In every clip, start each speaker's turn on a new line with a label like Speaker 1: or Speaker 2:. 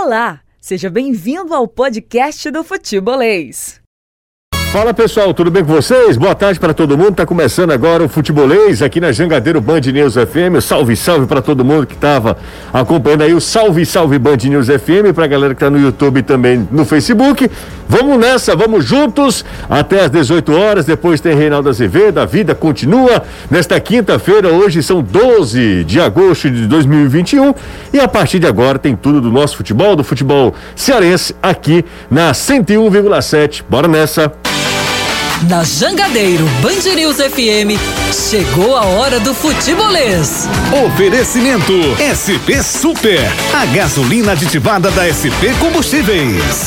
Speaker 1: Olá, seja bem-vindo ao podcast do Futebolês.
Speaker 2: Fala pessoal, tudo bem com vocês? Boa tarde para todo mundo, tá começando agora o Futebolês aqui na Jangadeiro Band News FM. Salve, salve para todo mundo que tava acompanhando aí o Salve, salve Band News FM, pra galera que tá no YouTube e também no Facebook. Vamos nessa, vamos juntos até às 18 horas, depois tem Reinaldo Azevedo, a vida continua nesta quinta-feira, hoje são 12 de agosto de 2021 e a partir de agora tem tudo do nosso futebol, do futebol cearense aqui na 101,7. Bora nessa!
Speaker 3: Na Jangadeiro Band News FM, chegou a hora do Futebolês.
Speaker 4: Oferecimento SP Super, a gasolina aditivada da SP Combustíveis.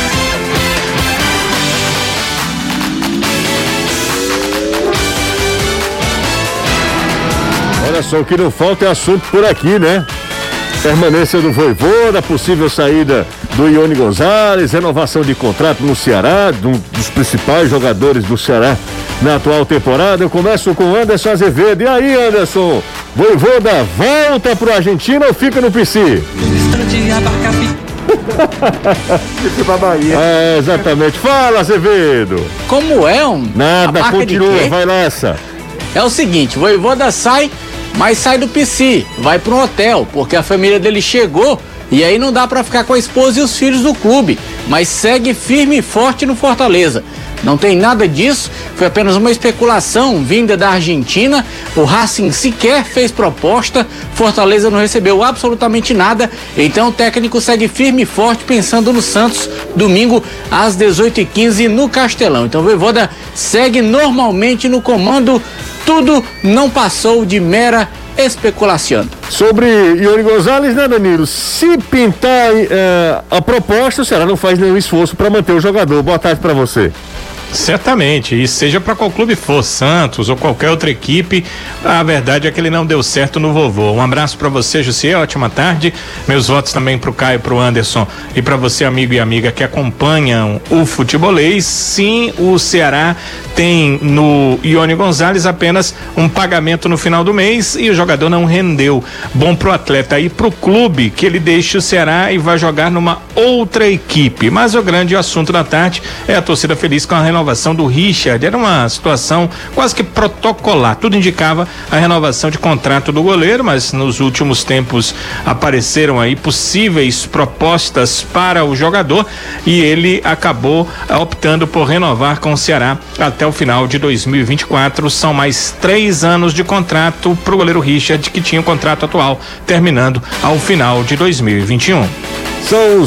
Speaker 2: Olha só, o que não falta é assunto por aqui, né? Permanência do Vojvoda, possível saída do Ione Gonzalez, renovação de contrato no Ceará, um dos principais jogadores do Ceará na atual temporada. Eu começo com Anderson Azevedo. E aí, Anderson? Vojvoda volta pro Argentina ou fica no PC?
Speaker 5: Fica pra Bahia.
Speaker 2: É, exatamente. Fala, Azevedo.
Speaker 6: Como é
Speaker 2: Nada, continua, vai nessa.
Speaker 6: É o seguinte, o Vojvoda sai, mas sai do PC, vai para um hotel, porque a família dele chegou e aí não dá para ficar com a esposa e os filhos do clube, mas segue firme e forte no Fortaleza. Não tem nada disso, foi apenas uma especulação vinda da Argentina. O Racing sequer fez proposta, Fortaleza não recebeu absolutamente nada, então o técnico segue firme e forte pensando no Santos, domingo às 18h15 no Castelão. Então o Vojvoda segue normalmente no comando, tudo não passou de mera especulação.
Speaker 2: Sobre Ione Gonzalez, né, Danilo? Se pintar a proposta, o Ceará não faz nenhum esforço para manter o jogador. Boa tarde para você.
Speaker 7: Certamente, e seja para qual clube for, Santos ou qualquer outra equipe, a verdade é que ele não deu certo no vovô. Um abraço para você, José, ótima tarde. Meus votos também pro Caio, pro Anderson e para você, amigo e amiga que acompanham o Futebolês. Sim, o Ceará tem no Ione Gonzalez apenas um pagamento no final do mês e o jogador não rendeu. Bom pro atleta e pro clube que ele deixe o Ceará e vai jogar numa outra equipe. Mas o grande assunto da tarde é a torcida feliz com a renovação do Richard. Era uma situação quase que protocolar, tudo indicava a renovação de contrato do goleiro, mas nos últimos tempos apareceram aí possíveis propostas para o jogador e ele acabou optando por renovar com o Ceará até o final de 2024. São mais 3 anos de contrato para o goleiro Richard, que tinha o contrato atual terminando ao final de 2021.
Speaker 2: São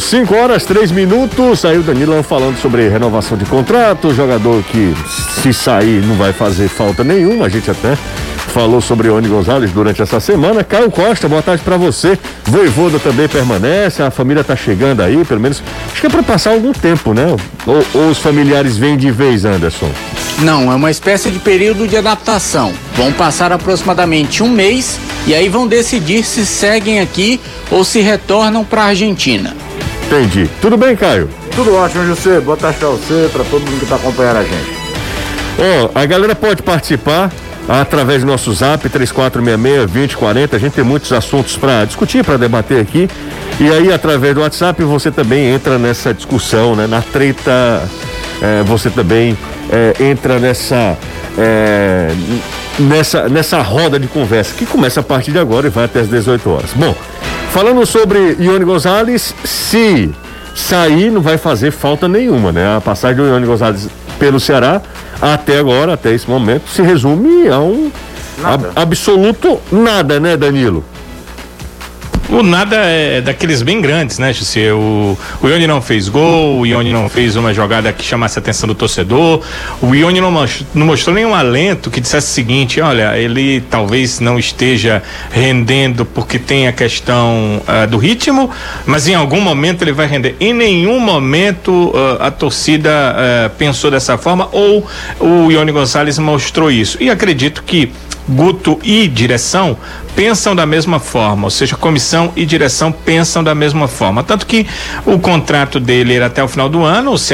Speaker 2: 5h03. Aí o Danilo falando sobre renovação de contrato, jogador que se sair não vai fazer falta nenhuma. A gente até falou sobre Ione Gonzalez durante essa semana. Caio Costa, boa tarde pra você. Vojvoda também permanece, a família tá chegando aí, pelo menos, acho que é pra passar algum tempo, né? Ou os familiares vêm de vez, Anderson?
Speaker 6: Não, é uma espécie de período de adaptação. Vão passar aproximadamente um mês e aí vão decidir se seguem aqui ou se retornam para a Argentina.
Speaker 2: Entendi. Tudo bem, Caio?
Speaker 5: Tudo ótimo, José. Boa tarde pra você, pra todo mundo que tá acompanhando a gente.
Speaker 2: A galera pode participar através do nosso zap 3466-2040. A gente tem muitos assuntos para discutir, para debater aqui. E aí, através do WhatsApp, você também entra nessa discussão, né? Na treta, você também entra nessa roda de conversa que começa a partir de agora e vai até as 18 horas. Bom, falando sobre Ione Gonzalez, se sair não vai fazer falta nenhuma, né? A passagem do Ione Gonzalez pelo Ceará até agora, até esse momento, se resume a um absoluto nada, né, Danilo?
Speaker 7: O nada é daqueles bem grandes, né, José? O Ione não fez gol, o Ione não fez uma jogada que chamasse a atenção do torcedor, o Ione não mostrou nenhum alento que dissesse o seguinte: olha, ele talvez não esteja rendendo porque tem a questão do ritmo, mas em algum momento ele vai render. Em nenhum momento a torcida pensou dessa forma, ou o Ione Gonzalez mostrou isso. E acredito que Guto e direção pensam da mesma forma, ou seja, comissão e direção pensam da mesma forma, tanto que o contrato dele era até o final do ano. O Ceará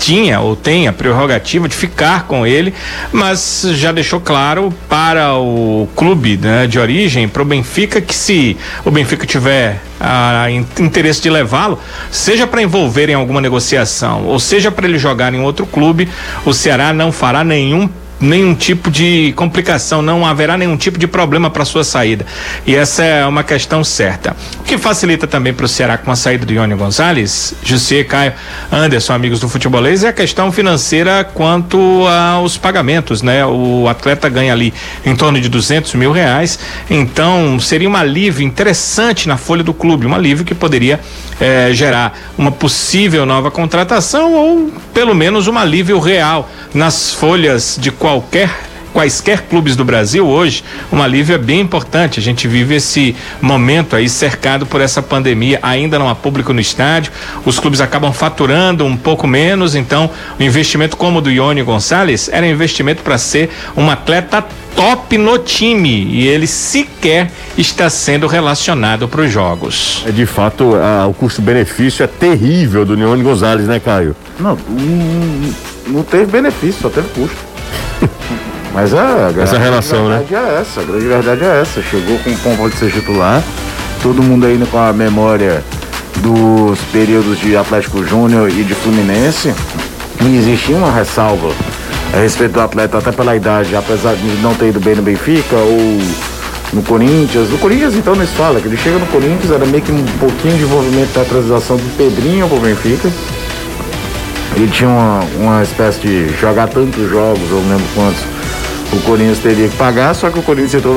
Speaker 7: tinha ou tem a prerrogativa de ficar com ele, mas já deixou claro para o clube, né, de origem, para o Benfica, que se o Benfica tiver interesse de levá-lo, seja para envolver em alguma negociação ou seja para ele jogar em outro clube, o Ceará não fará nenhum tipo de complicação, não haverá nenhum tipo de problema para sua saída, e essa é uma questão certa. O que facilita também para o Ceará com a saída do Ione Gonzalez, Jussier, Caio, Anderson, amigos do Futebolês, é a questão financeira quanto aos pagamentos, né? O atleta ganha ali em torno de R$200 mil, então seria um alívio interessante na folha do clube, um alívio que poderia gerar uma possível nova contratação ou pelo menos um alívio real nas folhas de quaisquer clubes do Brasil hoje. Um alívio é bem importante. A gente vive esse momento aí cercado por essa pandemia, ainda não há público no estádio, os clubes acabam faturando um pouco menos, então o investimento como o do Ione Gonzalez era um investimento para ser um atleta top no time, e ele sequer está sendo relacionado para os jogos.
Speaker 2: De fato, o custo-benefício é terrível do Ione Gonzalez, né, Caio?
Speaker 5: Não teve benefício, só teve custo. Mas
Speaker 2: essa relação, né?
Speaker 5: A grande verdade é essa. Chegou com pompa de ser titular, todo mundo ainda com a memória dos períodos de Atlético Júnior e de Fluminense, e existia uma ressalva a respeito do atleta, até pela idade, apesar de não ter ido bem no Benfica ou no Corinthians. No Corinthians, então, não se fala, que ele chega no Corinthians, era meio que um pouquinho de envolvimento da transição do Pedrinho pro Benfica. Ele tinha uma espécie de jogar tantos jogos, eu não lembro quantos, o Corinthians teria que pagar, só que o Corinthians entrou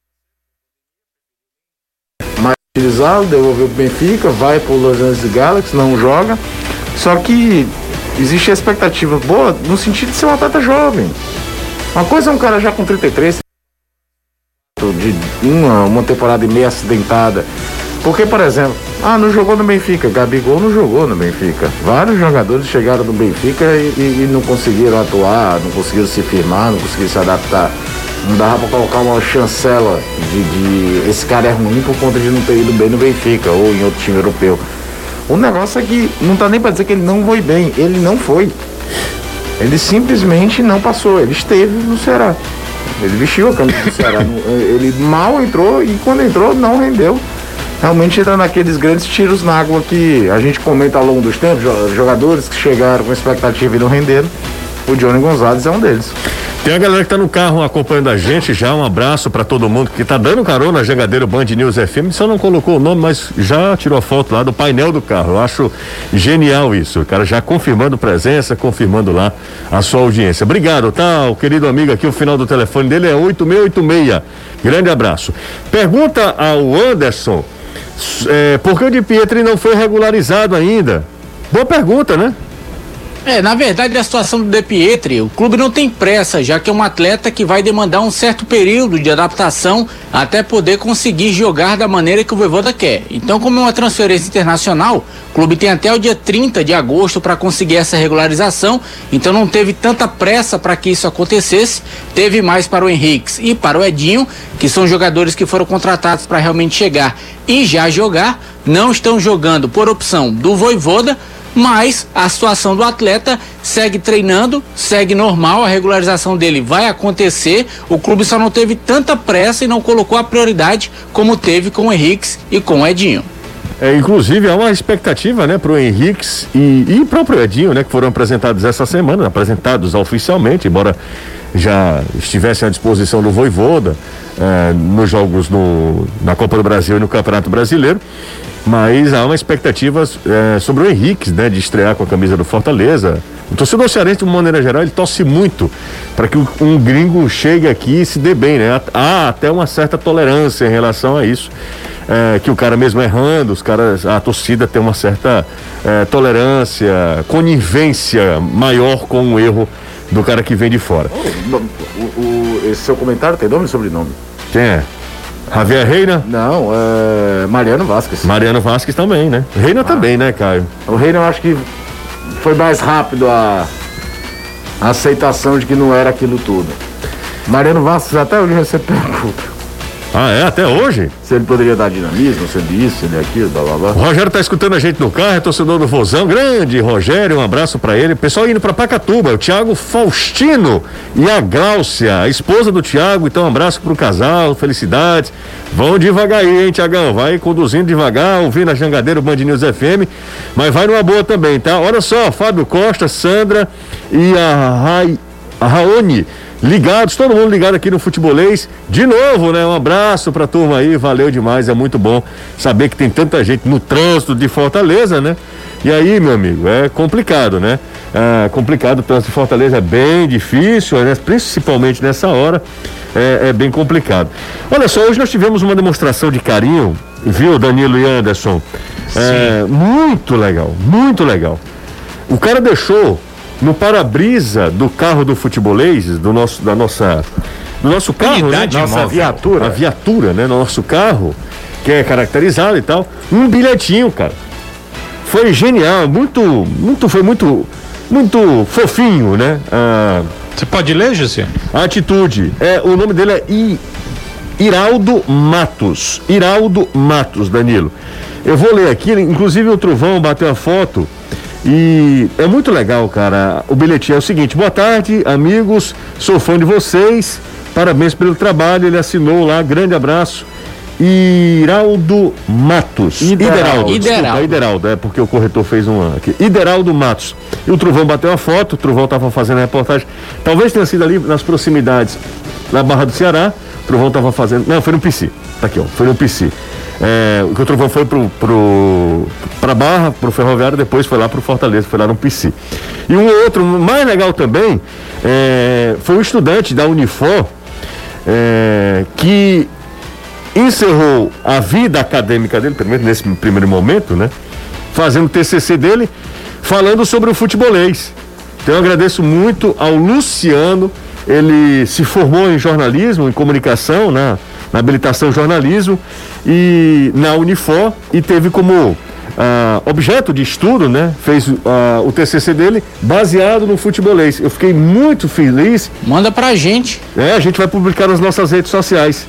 Speaker 5: mais utilizado, devolveu pro Benfica, vai pro Los Angeles Galaxy, não joga, só que existe a expectativa boa no sentido de ser um atleta jovem. Uma coisa é um cara já com 33, de uma temporada e meia acidentada, porque, por exemplo, não jogou no Benfica, Gabigol não jogou no Benfica, vários jogadores chegaram no Benfica e não conseguiram atuar, não conseguiram se firmar, não conseguiram se adaptar. Não dava pra colocar uma chancela de esse cara é ruim por conta de não ter ido bem no Benfica ou em outro time europeu. O negócio é que não tá nem pra dizer que ele não foi bem, ele não foi. Ele simplesmente não passou, ele esteve no Ceará. Ele vestiu a camisa do Ceará, ele mal entrou e quando entrou não rendeu. Realmente entra naqueles grandes tiros na água que a gente comenta ao longo dos tempos, jogadores que chegaram com expectativa e não renderam. O Ione Gonzalez é um deles.
Speaker 2: Tem a galera que tá no carro acompanhando a gente já, um abraço para todo mundo que tá dando carona na Jangadeiro Band News FM, só não colocou o nome, mas já tirou a foto lá do painel do carro. Eu acho genial isso, o cara já confirmando presença, confirmando lá a sua audiência. Obrigado, tá? O querido amigo aqui, o final do telefone dele é 8686. Grande abraço. Pergunta ao Anderson, por que o Di Pietri não foi regularizado ainda? Boa pergunta, né?
Speaker 6: Na verdade, a situação do De Pietri, o clube não tem pressa, já que é um atleta que vai demandar um certo período de adaptação até poder conseguir jogar da maneira que o Vojvoda quer. Então, como é uma transferência internacional, o clube tem até o dia 30 de agosto para conseguir essa regularização, então não teve tanta pressa para que isso acontecesse. Teve mais para o Henriques e para o Edinho, que são jogadores que foram contratados para realmente chegar e já jogar, não estão jogando por opção do Vojvoda, mas a situação do atleta segue treinando, segue normal, a regularização dele vai acontecer. O clube só não teve tanta pressa e não colocou a prioridade como teve com o Henriques e com o Edinho.
Speaker 2: Inclusive há uma expectativa, né, pro Henriques e próprio Edinho, né, que foram apresentados essa semana, apresentados oficialmente, embora já estivessem à disposição do Vojvoda nos jogos na Copa do Brasil e no Campeonato Brasileiro. Mas há uma expectativa sobre o Henrique, né, de estrear com a camisa do Fortaleza. O torcedor cearense, de uma maneira geral, ele torce muito para que um gringo chegue aqui e se dê bem, né? Há até uma certa tolerância em relação a isso, que o cara mesmo errando, a torcida tem uma certa tolerância, conivência maior com o erro do cara que vem de fora.
Speaker 5: Esse seu comentário tem nome e sobrenome?
Speaker 2: Quem é? Javier Reina?
Speaker 5: Não, Mariano Vasquez.
Speaker 2: Mariano Vasquez também, né? Reina também, né, Caio?
Speaker 5: O Reina eu acho que foi mais rápido a aceitação de que não era aquilo tudo. Mariano Vasquez até hoje recebe pergunta.
Speaker 2: Ah, é? Até hoje?
Speaker 5: Se ele poderia dar dinamismo, se ele isso, se ele aquilo, blá blá blá.
Speaker 2: O Rogério tá escutando a gente no carro, é torcedor do Vozão. Grande Rogério, um abraço pra ele. Pessoal indo pra Pacatuba, o Thiago Faustino e a Gláucia, a esposa do Thiago. Então, um abraço pro casal, felicidades. Vão devagar aí, hein, Thiagão? Vai conduzindo devagar, ouvindo a Jangadeiro Band News FM, mas vai numa boa também, tá? Olha só, Fábio Costa, Sandra e a Raoni ligados, todo mundo ligado aqui no Futebolês. De novo, né? Um abraço pra turma aí, valeu demais, é muito bom saber que tem tanta gente no trânsito de Fortaleza, né? E aí, meu amigo, é complicado, né? Complicado, o trânsito de Fortaleza é bem difícil, né? Principalmente nessa hora, é bem complicado. Olha só, hoje nós tivemos uma demonstração de carinho, viu, Danilo e Anderson? Muito legal, muito legal. O cara deixou no para-brisa do carro do Futebolês, do nosso carro, né? Nossa viatura. A viatura, né? Nosso carro, que é caracterizado e tal, um bilhetinho, cara. Foi genial, foi muito fofinho, né?
Speaker 7: Você pode ler, José?
Speaker 2: A atitude, o nome dele é Iraldo Matos, Danilo. Eu vou ler aqui, inclusive o Trovão bateu a foto. E é muito legal, cara. O bilhetinho é o seguinte: boa tarde, amigos, sou fã de vocês, parabéns pelo trabalho. Ele assinou lá, grande abraço. Iraldo Matos. Ideraldo, porque o corretor fez aqui. Ideraldo Matos. E o Trovão bateu a foto, o Trovão estava fazendo a reportagem, talvez tenha sido ali nas proximidades, na Barra do Ceará. O Trovão estava fazendo, não, foi no PC, tá aqui ó, foi no PC. O Trovão foi pra Barra, pro Ferroviário, depois foi lá pro Fortaleza, foi lá no PC. E um outro, mais legal também, foi um estudante da Unifor, que encerrou a vida acadêmica dele, pelo menos nesse primeiro momento, né? Fazendo o TCC dele, falando sobre o futebolês. Então eu agradeço muito ao Luciano, ele se formou em jornalismo, em comunicação, na habilitação em jornalismo e na Unifor, e teve como objeto de estudo, né? Fez o TCC dele baseado no futebolês. Eu fiquei muito feliz.
Speaker 6: Manda pra gente.
Speaker 2: A gente vai publicar nas nossas redes sociais.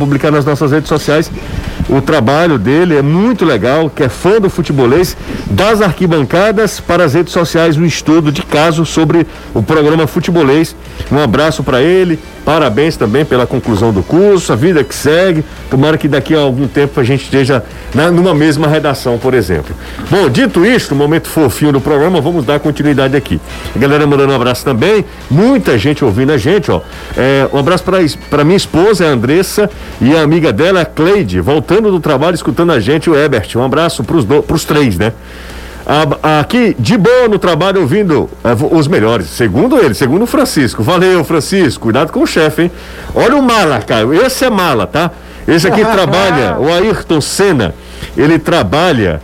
Speaker 2: O trabalho dele é muito legal, que é fã do futebolês, das arquibancadas para as redes sociais, um estudo de caso sobre o programa Futebolês. Um abraço para ele, parabéns também pela conclusão do curso, a vida que segue. Tomara que daqui a algum tempo a gente esteja numa mesma redação, por exemplo. Bom, dito isto, momento fofinho do programa, vamos dar continuidade aqui. A galera mandando um abraço também, muita gente ouvindo a gente, ó. Um abraço para minha esposa, a Andressa, e a amiga dela, a Cleide, voltando do trabalho, escutando a gente, o Ebert. Um abraço pros três, né? Aqui, de boa no trabalho, ouvindo os melhores, segundo o Francisco. Valeu, Francisco, cuidado com o chefe, hein? Olha o mala, Caio, esse é mala, tá? Esse aqui trabalha, o Ayrton Senna, ele trabalha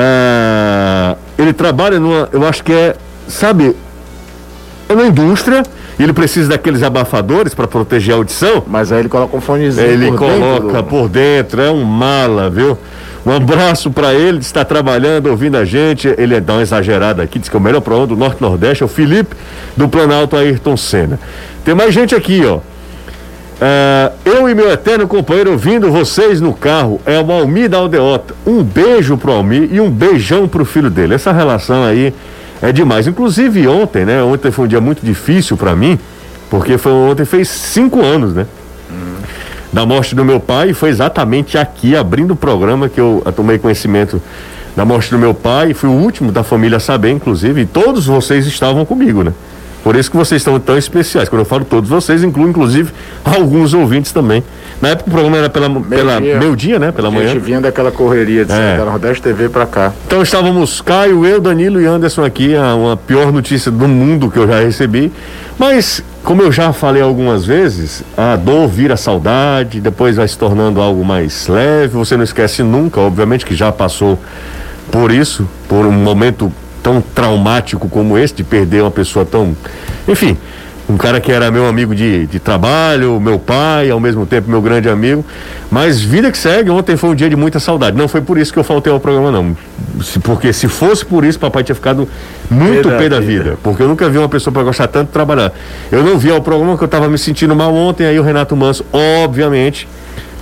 Speaker 2: numa, eu acho que é uma indústria, e ele precisa daqueles abafadores para proteger a audição.
Speaker 5: Mas aí ele coloca um fonezinho.
Speaker 2: Ele coloca por dentro, é um mala, viu? Um abraço para ele, está trabalhando, ouvindo a gente. Ele dá uma exagerada aqui, diz que é o melhor programa do Norte-Nordeste, é o Felipe do Planalto Ayrton Senna. Tem mais gente aqui, ó. Eu e meu eterno companheiro ouvindo vocês no carro, é o Almir da Aldeota. Um beijo pro Almir e um beijão pro filho dele. Essa relação aí é demais. Inclusive ontem, né? Ontem foi um dia muito difícil para mim, porque ontem fez 5 anos, né? Da morte do meu pai, e foi exatamente aqui, abrindo o programa, que eu tomei conhecimento da morte do meu pai. Fui o último da família a saber, inclusive, e todos vocês estavam comigo, né? Por isso que vocês estão tão especiais. Quando eu falo todos vocês, incluo inclusive alguns ouvintes também. Na época o programa era pela meio-dia, né? Pela manhã. A gente
Speaker 5: vinha daquela correria de da Nordeste TV pra cá.
Speaker 2: Então estávamos Caio, eu, Danilo e Anderson aqui, uma pior notícia do mundo que eu já recebi. Mas, como eu já falei algumas vezes, a dor vira saudade, depois vai se tornando algo mais leve. Você não esquece nunca, obviamente, que já passou por isso, por um momento tão traumático como esse, de perder uma pessoa tão... Enfim, um cara que era meu amigo de trabalho, meu pai, ao mesmo tempo meu grande amigo. Mas vida que segue. Ontem foi um dia de muita saudade. Não foi por isso que eu faltei ao programa, não. Porque se fosse por isso, papai tinha ficado muito pé da vida. Porque eu nunca vi uma pessoa para gostar tanto de trabalhar. Eu não vi ao programa, que eu estava me sentindo mal ontem. Aí o Renato Manso, obviamente,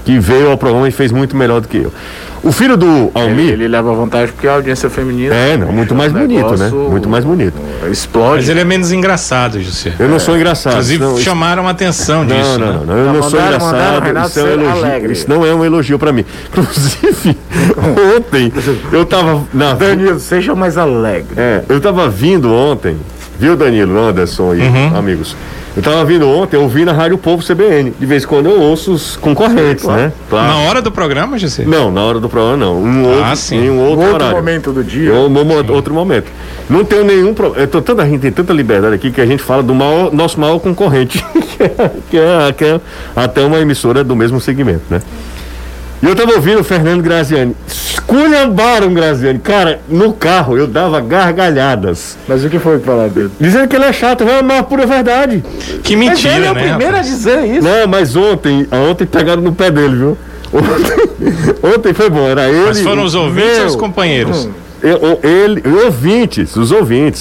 Speaker 2: que veio ao programa e fez muito melhor do que eu. O filho do Almir...
Speaker 5: Ele leva vantagem porque a audiência feminina...
Speaker 2: muito mais bonito, né? Muito mais bonito.
Speaker 5: Explode.
Speaker 7: Mas ele é menos engraçado, José.
Speaker 2: Eu não sou engraçado.
Speaker 7: Inclusive, chamaram a atenção disso.
Speaker 2: Não, eu não sou engraçado. Isso é um elogio. Isso não é um elogio pra mim. Inclusive, ontem, eu tava...
Speaker 5: Danilo, seja mais alegre.
Speaker 2: Eu tava vindo ontem, viu, Danilo, Anderson e amigos? Eu tava vindo ontem, eu ouvi na Rádio Povo CBN. De vez em quando eu ouço os concorrentes, né?
Speaker 7: Claro. Na hora do programa, José?
Speaker 2: Não, na hora do programa não. Em um outro horário.
Speaker 5: Momento do dia.
Speaker 2: Outro momento. Não tenho nenhum problema. A gente tem tanta liberdade aqui que a gente fala do nosso maior concorrente, que é até uma emissora do mesmo segmento, né? E eu tava ouvindo o Fernando Graziani. Esculhambaram o Graziani. Cara, no carro eu dava gargalhadas.
Speaker 5: Mas o que foi que falaram dele?
Speaker 2: Dizendo que ele é chato, mas pura verdade.
Speaker 7: Que mentira,
Speaker 5: ele é o
Speaker 7: né?
Speaker 5: primeiro a dizer isso.
Speaker 2: Não, mas ontem pegaram no pé dele, viu? Ontem foi bom, era ele.
Speaker 7: Mas foram os ouvintes ou os companheiros?
Speaker 2: Os ouvintes.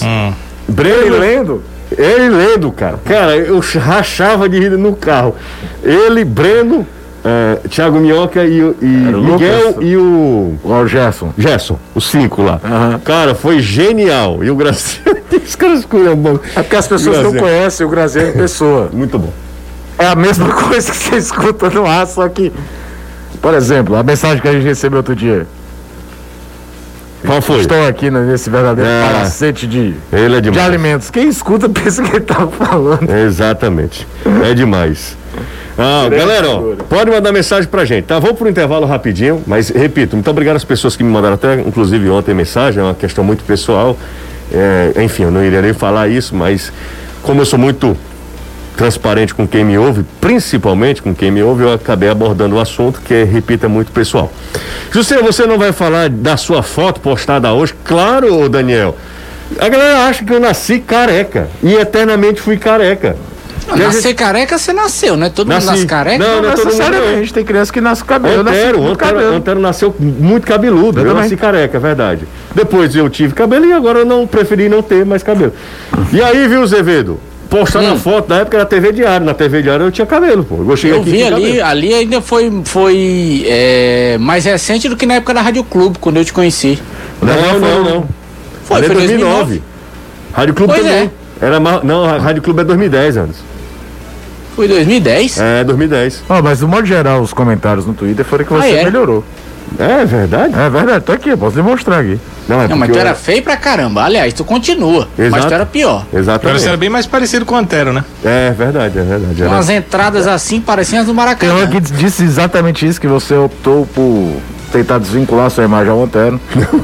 Speaker 2: Ele lendo, cara. Cara, eu rachava de rir no carro. Ele, Breno, Thiago Minhoca e Miguel
Speaker 5: Lucas,
Speaker 2: e o
Speaker 5: Gerson,
Speaker 2: os 5 lá. Cara, foi genial. E o Graziano, os caras bom.
Speaker 5: É porque as pessoas não conhecem o Graziano em pessoa.
Speaker 2: Muito bom.
Speaker 5: É a mesma coisa que você escuta no ar, só que, por exemplo, a mensagem que a gente recebeu outro dia.
Speaker 2: Qual foi?
Speaker 5: Estou aqui nesse verdadeiro palacete de alimentos. Quem escuta pensa que ele estava falando.
Speaker 2: Exatamente. É demais. Galera, pode mandar mensagem pra gente, tá? Vou pro intervalo rapidinho, mas repito, muito obrigado às pessoas que me mandaram até, inclusive ontem, mensagem, é uma questão muito pessoal. Enfim, eu não iria nem falar isso, mas como eu sou muito transparente com quem me ouve, principalmente com quem me ouve, eu acabei abordando o assunto que, repito, é muito pessoal. José, você não vai falar da sua foto postada hoje? Claro, Daniel. A galera acha que eu nasci careca e eternamente fui careca.
Speaker 6: Nascer careca, você nasceu, né? Todo mundo nasce careca?
Speaker 2: Não necessariamente.
Speaker 5: Tem criança que nasce com cabelo.
Speaker 2: Antero nasceu muito cabeludo. Eu nasci careca, é verdade. Depois eu tive cabelo e agora eu não preferi não ter mais cabelo. E aí, viu, Zevedo? Postando a foto, na época era TV Diário. Na TV Diário eu tinha cabelo, pô.
Speaker 6: Eu vi ali ainda foi mais recente do que na época da Rádio Clube, quando eu te conheci.
Speaker 2: Não. Foi 2009. Rádio Clube também. A Rádio Clube é 2010 anos.
Speaker 6: Foi 2010?
Speaker 2: 2010.
Speaker 5: Mas do modo geral, os comentários no Twitter foram que você melhorou.
Speaker 2: É verdade?
Speaker 5: É verdade, tô aqui, posso demonstrar aqui.
Speaker 6: Não, mas tu era feio pra caramba. Aliás, tu continua.
Speaker 2: Exato.
Speaker 6: Mas tu era pior.
Speaker 2: Exatamente.
Speaker 7: Você era bem mais parecido com o Antero, né?
Speaker 2: É verdade.
Speaker 6: Com as entradas assim, pareciam as do Maracanã.
Speaker 5: Tem uma que disse exatamente isso, que você optou por tentar desvincular sua imagem ao Antero.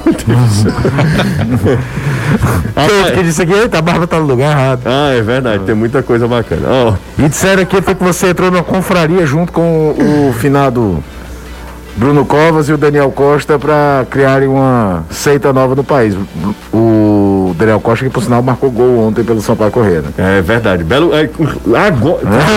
Speaker 5: Que disse aqui, eita, a barba tá no lugar errado.
Speaker 2: É verdade, tem muita coisa bacana.
Speaker 5: E disseram aqui que você entrou numa confraria junto com o finado Bruno Covas e o Daniel Costa para criarem uma seita nova no país. O Daniel Costa, que por sinal marcou gol ontem pelo Sampaio Corrêa, né?
Speaker 2: É verdade. Belo. Agora.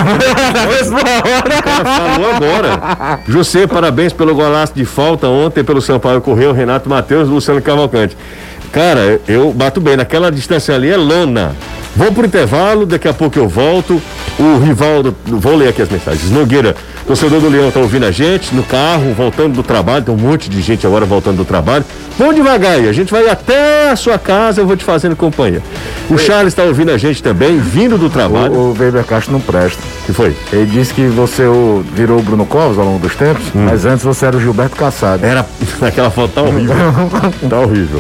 Speaker 2: O cara falou agora. José, parabéns pelo golaço de falta ontem pelo Sampaio Corrêa, o Renato Matheus e o Luciano Cavalcante. Cara, eu bato bem. Naquela distância ali é lona. Vou pro intervalo, daqui a pouco eu volto. O Rivaldo, vou ler aqui as mensagens. Nogueira, torcedor do Leão, tá ouvindo a gente no carro, voltando do trabalho. Tem um monte de gente agora voltando do trabalho. Vamos devagar aí, a gente vai até a sua casa, eu vou te fazendo companhia. O Charles tá ouvindo a gente também, vindo do trabalho.
Speaker 5: O Weber Castro não presta.
Speaker 2: O que foi?
Speaker 5: Ele disse que você virou o Bruno Covas ao longo dos tempos, mas antes você era o Gilberto Kassab.
Speaker 2: Era, naquela foto tá horrível. Tá horrível.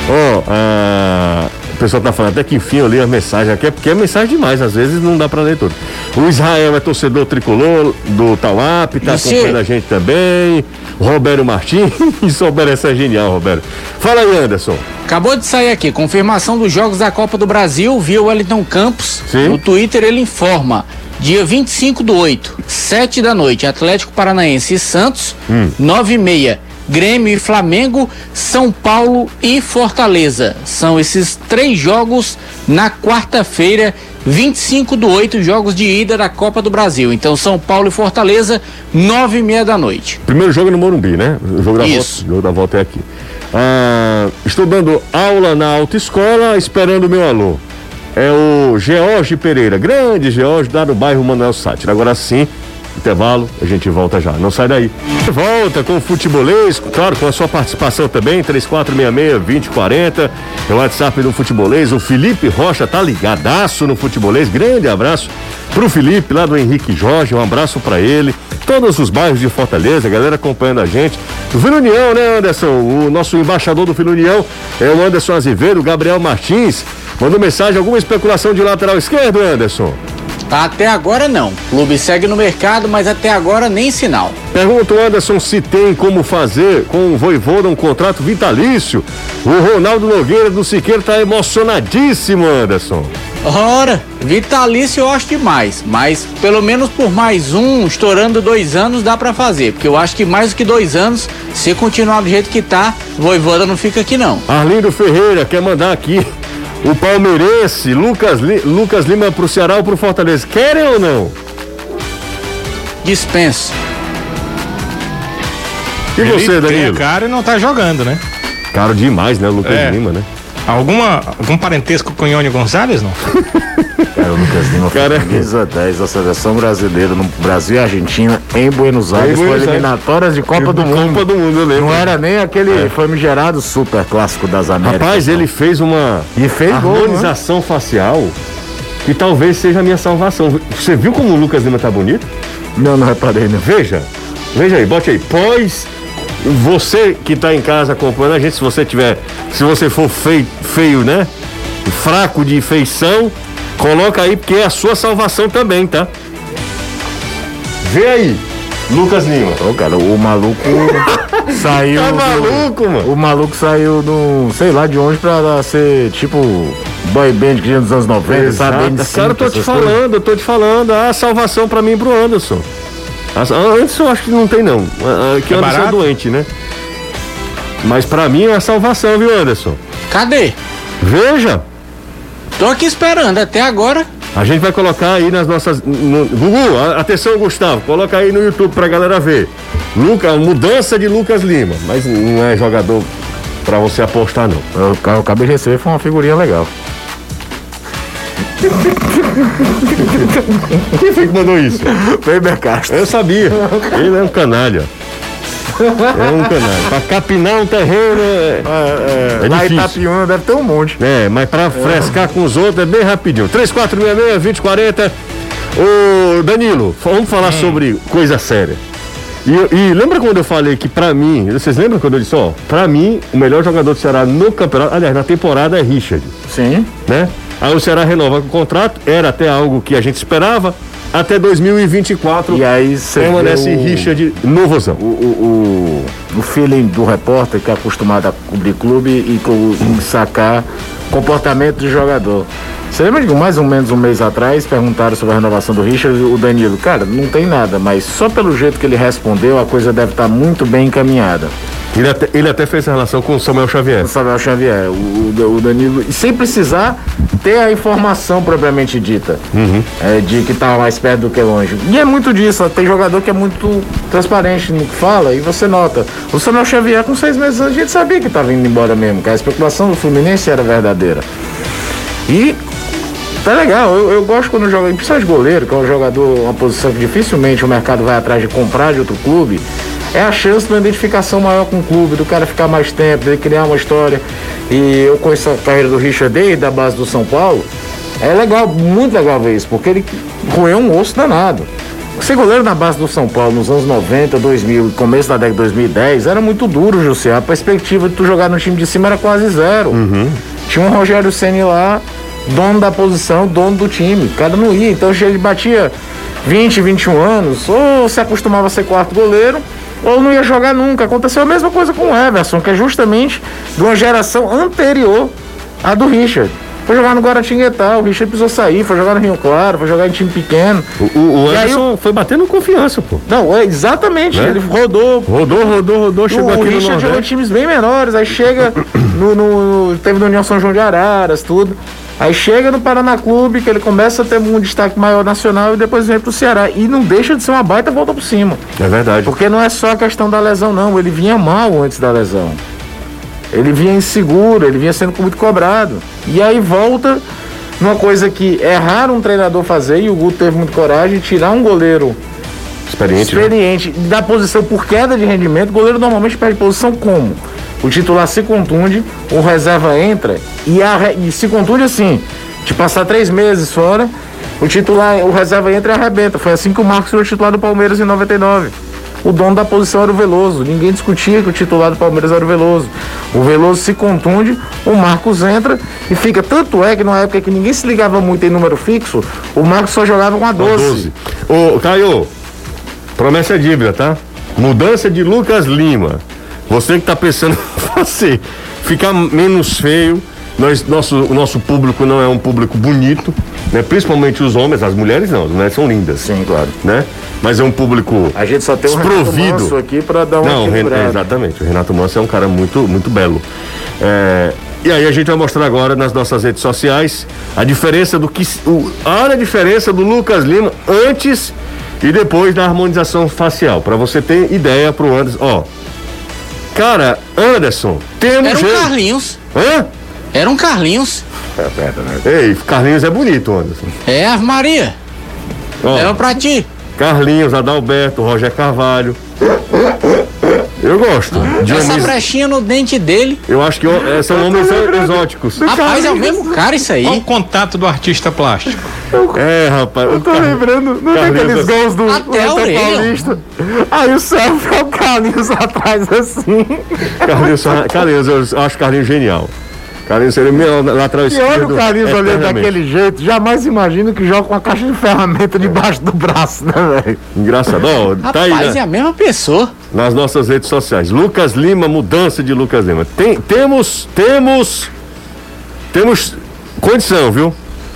Speaker 2: O pessoal tá falando até que enfim eu li a mensagem aqui, porque é mensagem demais, às vezes não dá pra ler tudo. O Israel é torcedor tricolor do Tauap, tá acompanhando a gente também. Roberto Martins, essa é genial, Roberto. Fala aí, Anderson.
Speaker 6: Acabou de sair aqui, confirmação dos jogos da Copa do Brasil, via Wellington Campos.
Speaker 2: Sim.
Speaker 6: No Twitter ele informa, dia 25/8, 7 da noite, Atlético Paranaense e Santos, 9h30. Grêmio e Flamengo, São Paulo e Fortaleza. São esses 3 jogos na quarta-feira, 25/8, jogos de ida da Copa do Brasil. Então, São Paulo e Fortaleza, 9h30 da noite.
Speaker 2: Primeiro jogo é no Morumbi, né? O jogo da
Speaker 6: Isso.
Speaker 2: volta. O jogo da volta é aqui. Estou dando aula na autoescola, esperando o meu alô. É o George Pereira, grande George, lá no bairro Manuel Sátira. Agora sim, intervalo, a gente volta já. Não sai daí. Volta com o Futebolês, claro, com a sua participação também, 3466-2040. É o WhatsApp do Futebolês. O Felipe Rocha tá ligadaço no Futebolês. Grande abraço pro Felipe, lá do Henrique Jorge. Um abraço pra ele. Todos os bairros de Fortaleza, a galera acompanhando a gente. O Vila União, né, Anderson? O nosso embaixador do Vila União é o Anderson Azevedo, o Gabriel Martins. Mandou mensagem, alguma especulação de lateral esquerdo, Anderson?
Speaker 6: Até agora não. O clube segue no mercado, mas até agora nem sinal.
Speaker 2: Pergunta o Anderson se tem como fazer com o Vojvoda um contrato vitalício. O Ronaldo Nogueira do Siqueira tá emocionadíssimo, Anderson.
Speaker 6: Ora, vitalício eu acho demais, mas pelo menos por mais estourando 2 anos dá pra fazer, porque eu acho que mais do que 2 anos, se continuar do jeito que tá, Vojvoda não fica aqui não.
Speaker 2: Arlindo Ferreira quer mandar aqui o palmeirense Lucas Lima pro Ceará ou pro Fortaleza. Querem ou não?
Speaker 6: Dispenso.
Speaker 2: E você, Danilo?
Speaker 7: Tem cara e não tá jogando, né?
Speaker 2: Caro demais, né, Lucas Lima, né?
Speaker 7: Algum parentesco com o Ione Gonçalves, não?
Speaker 5: Cara, o Lucas Lima foi camisa 10 da seleção brasileira no Brasil e Argentina em Buenos Aires, foi eliminatórias de Copa do Mundo.
Speaker 2: Copa do Mundo, eu lembro.
Speaker 5: Não era nem aquele famigerado super clássico das Américas.
Speaker 2: Rapaz, ele fez uma harmonização facial que talvez seja a minha salvação. Você viu como o Lucas Lima tá bonito?
Speaker 5: Não reparei, né?
Speaker 2: Veja aí, bote aí, você que tá em casa acompanhando a gente, se você for feio, né? Fraco de feição, coloca aí porque é a sua salvação também, tá? Vê aí, Lucas Lima.
Speaker 5: Ô, cara, o maluco saiu.
Speaker 2: Tá maluco, mano?
Speaker 5: O maluco saiu do, sei lá de onde pra ser tipo boy band que tinha dos anos 90, sabe?
Speaker 2: Cara, eu tô te falando, a salvação pra mim e pro Anderson. Antes eu acho que não tem não, que o Anderson é doente, né? Mas pra mim é a salvação, viu, Anderson?
Speaker 6: Cadê?
Speaker 2: Veja.
Speaker 6: Tô aqui esperando, até agora.
Speaker 2: A gente vai colocar aí nas nossas... Gugu, atenção, Gustavo, coloca aí no YouTube pra galera ver. Mudança de Lucas Lima, mas não é jogador pra você apostar, não.
Speaker 5: Eu acabei de receber, foi uma figurinha legal.
Speaker 2: Quem foi que mandou isso?
Speaker 5: Weber Castro.
Speaker 2: Eu sabia. Ele é um canalha. Pra capinar um terreno é
Speaker 5: lá
Speaker 2: difícil.
Speaker 5: Em Itapiúna deve ter um monte.
Speaker 2: Mas pra frescar com os outros é bem rapidinho. 3466-2040. Ô Danilo, vamos falar sobre coisa séria. E lembra quando eu falei que pra mim, vocês lembram quando eu disse, pra mim, o melhor jogador do Ceará no campeonato, aliás, na temporada é Richard.
Speaker 5: Sim.
Speaker 2: Né? Aí o Ceará renova com o contrato, era até algo que a gente esperava, até 2024.
Speaker 5: E aí você
Speaker 2: permanece Richard novozão.
Speaker 5: O feeling do repórter que é acostumado a cobrir clube e sacar comportamento de jogador. Você lembra de mais ou menos um mês atrás, perguntaram sobre a renovação do Richard, o Danilo, cara, não tem nada, mas só pelo jeito que ele respondeu, a coisa deve estar muito bem encaminhada.
Speaker 2: Ele até fez essa relação com o Samuel Xavier.
Speaker 5: O Danilo, sem precisar ter a informação propriamente dita, de que estava mais perto do que longe. E é muito disso, tem jogador que é muito transparente no que fala e você nota. O Samuel Xavier, com 6 meses antes, a gente sabia que estava indo embora mesmo, que a especulação do Fluminense era verdadeira. E tá legal, eu gosto quando joga, principalmente goleiro, que é um jogador, uma posição que dificilmente o mercado vai atrás de comprar de outro clube. É a chance de uma identificação maior com o clube, do cara ficar mais tempo, dele criar uma história. E eu conheço a carreira do Richard desde a base do São Paulo. É legal, muito legal ver isso, porque ele roeu um osso danado. Ser goleiro na base do São Paulo nos anos 90, 2000, começo da década de 2010, era muito duro, José. A perspectiva de tu jogar no time de cima era quase zero. Tinha um Rogério Ceni lá, dono da posição, dono do time. O cara não ia, então ele batia 20, 21 anos, ou se acostumava a ser quarto goleiro, ou não ia jogar nunca. Aconteceu a mesma coisa com o Everson, que é justamente de uma geração anterior à do Richard. Foi jogar no Guaratinguetá, o Richard precisou sair, foi jogar no Rio Claro, foi jogar em time pequeno.
Speaker 2: O Everson foi batendo confiança, pô.
Speaker 5: Não, exatamente, né? Ele rodou, chegou aqui no Richard. O Richard jogou em times bem menores, aí chega teve no União São João de Araras, tudo. Aí chega no Paraná Clube, que ele começa a ter um destaque maior nacional e depois vem pro Ceará. E não deixa de ser uma baita volta por cima.
Speaker 2: É verdade.
Speaker 5: Porque não é só a questão da lesão, não. Ele vinha mal antes da lesão. Ele vinha inseguro, ele vinha sendo muito cobrado. E aí volta numa coisa que é raro um treinador fazer, e o Guto teve muita coragem, tirar um goleiro Experiente. Da posição por queda de rendimento, o goleiro normalmente perde posição como? O titular se contunde, o reserva entra e se contunde assim, de passar 3 meses fora, o reserva entra e arrebenta. Foi assim que o Marcos foi o titular do Palmeiras em 99. O dono da posição era o Veloso. Ninguém discutia que o titular do Palmeiras era o Veloso. O Veloso se contunde, o Marcos entra e fica. Tanto é que numa época que ninguém se ligava muito em número fixo, o Marcos só jogava com a 12.
Speaker 2: Ô, Caio, promessa é dívida, tá? Mudança de Lucas Lima. Você que tá pensando você ficar menos feio. O nosso público não é um público bonito, né? Principalmente os homens, as mulheres não, as mulheres são lindas.
Speaker 5: Sim, claro.
Speaker 2: Né? Mas é um público
Speaker 5: a gente só tem
Speaker 2: desprovido.
Speaker 5: O Renato Manso aqui para dar uma
Speaker 2: exatamente, o Renato Manso é um cara muito, muito belo. E aí a gente vai mostrar agora nas nossas redes sociais a diferença a diferença do Lucas Lima antes e depois da harmonização facial, para você ter ideia pro Anderson. Ó, cara, Anderson, temos...
Speaker 6: Era um Carlinhos.
Speaker 2: Hã?
Speaker 6: Era um Carlinhos.
Speaker 2: Ei, Carlinhos é bonito, Anderson.
Speaker 6: É, Ave Maria. Leva pra ti.
Speaker 2: Carlinhos, Adalberto, Roger Carvalho. Eu gosto.
Speaker 6: Essa brechinha no dente dele.
Speaker 2: Eu acho que são homens exóticos.
Speaker 6: Rapaz, é o mesmo cara isso aí.
Speaker 7: Olha o contato do artista plástico.
Speaker 5: Rapaz. Eu tô lembrando, não tem aqueles gols do
Speaker 6: até
Speaker 5: Paulista. Aí o selfie é o Carlinhos atrás assim.
Speaker 2: Carlinhos, eu acho Carlinhos genial. Carlinhos seria meu lateral esquerdo.
Speaker 5: E olha o Carlinhos olhando daquele jeito, jamais imagino que joga com uma caixa de ferramenta debaixo do braço, né, velho?
Speaker 2: Engraçado.
Speaker 6: Rapaz,
Speaker 2: tá aí, né?
Speaker 6: É a mesma pessoa.
Speaker 2: Nas nossas redes sociais. Lucas Lima, mudança de Lucas Lima. Temos condição, viu?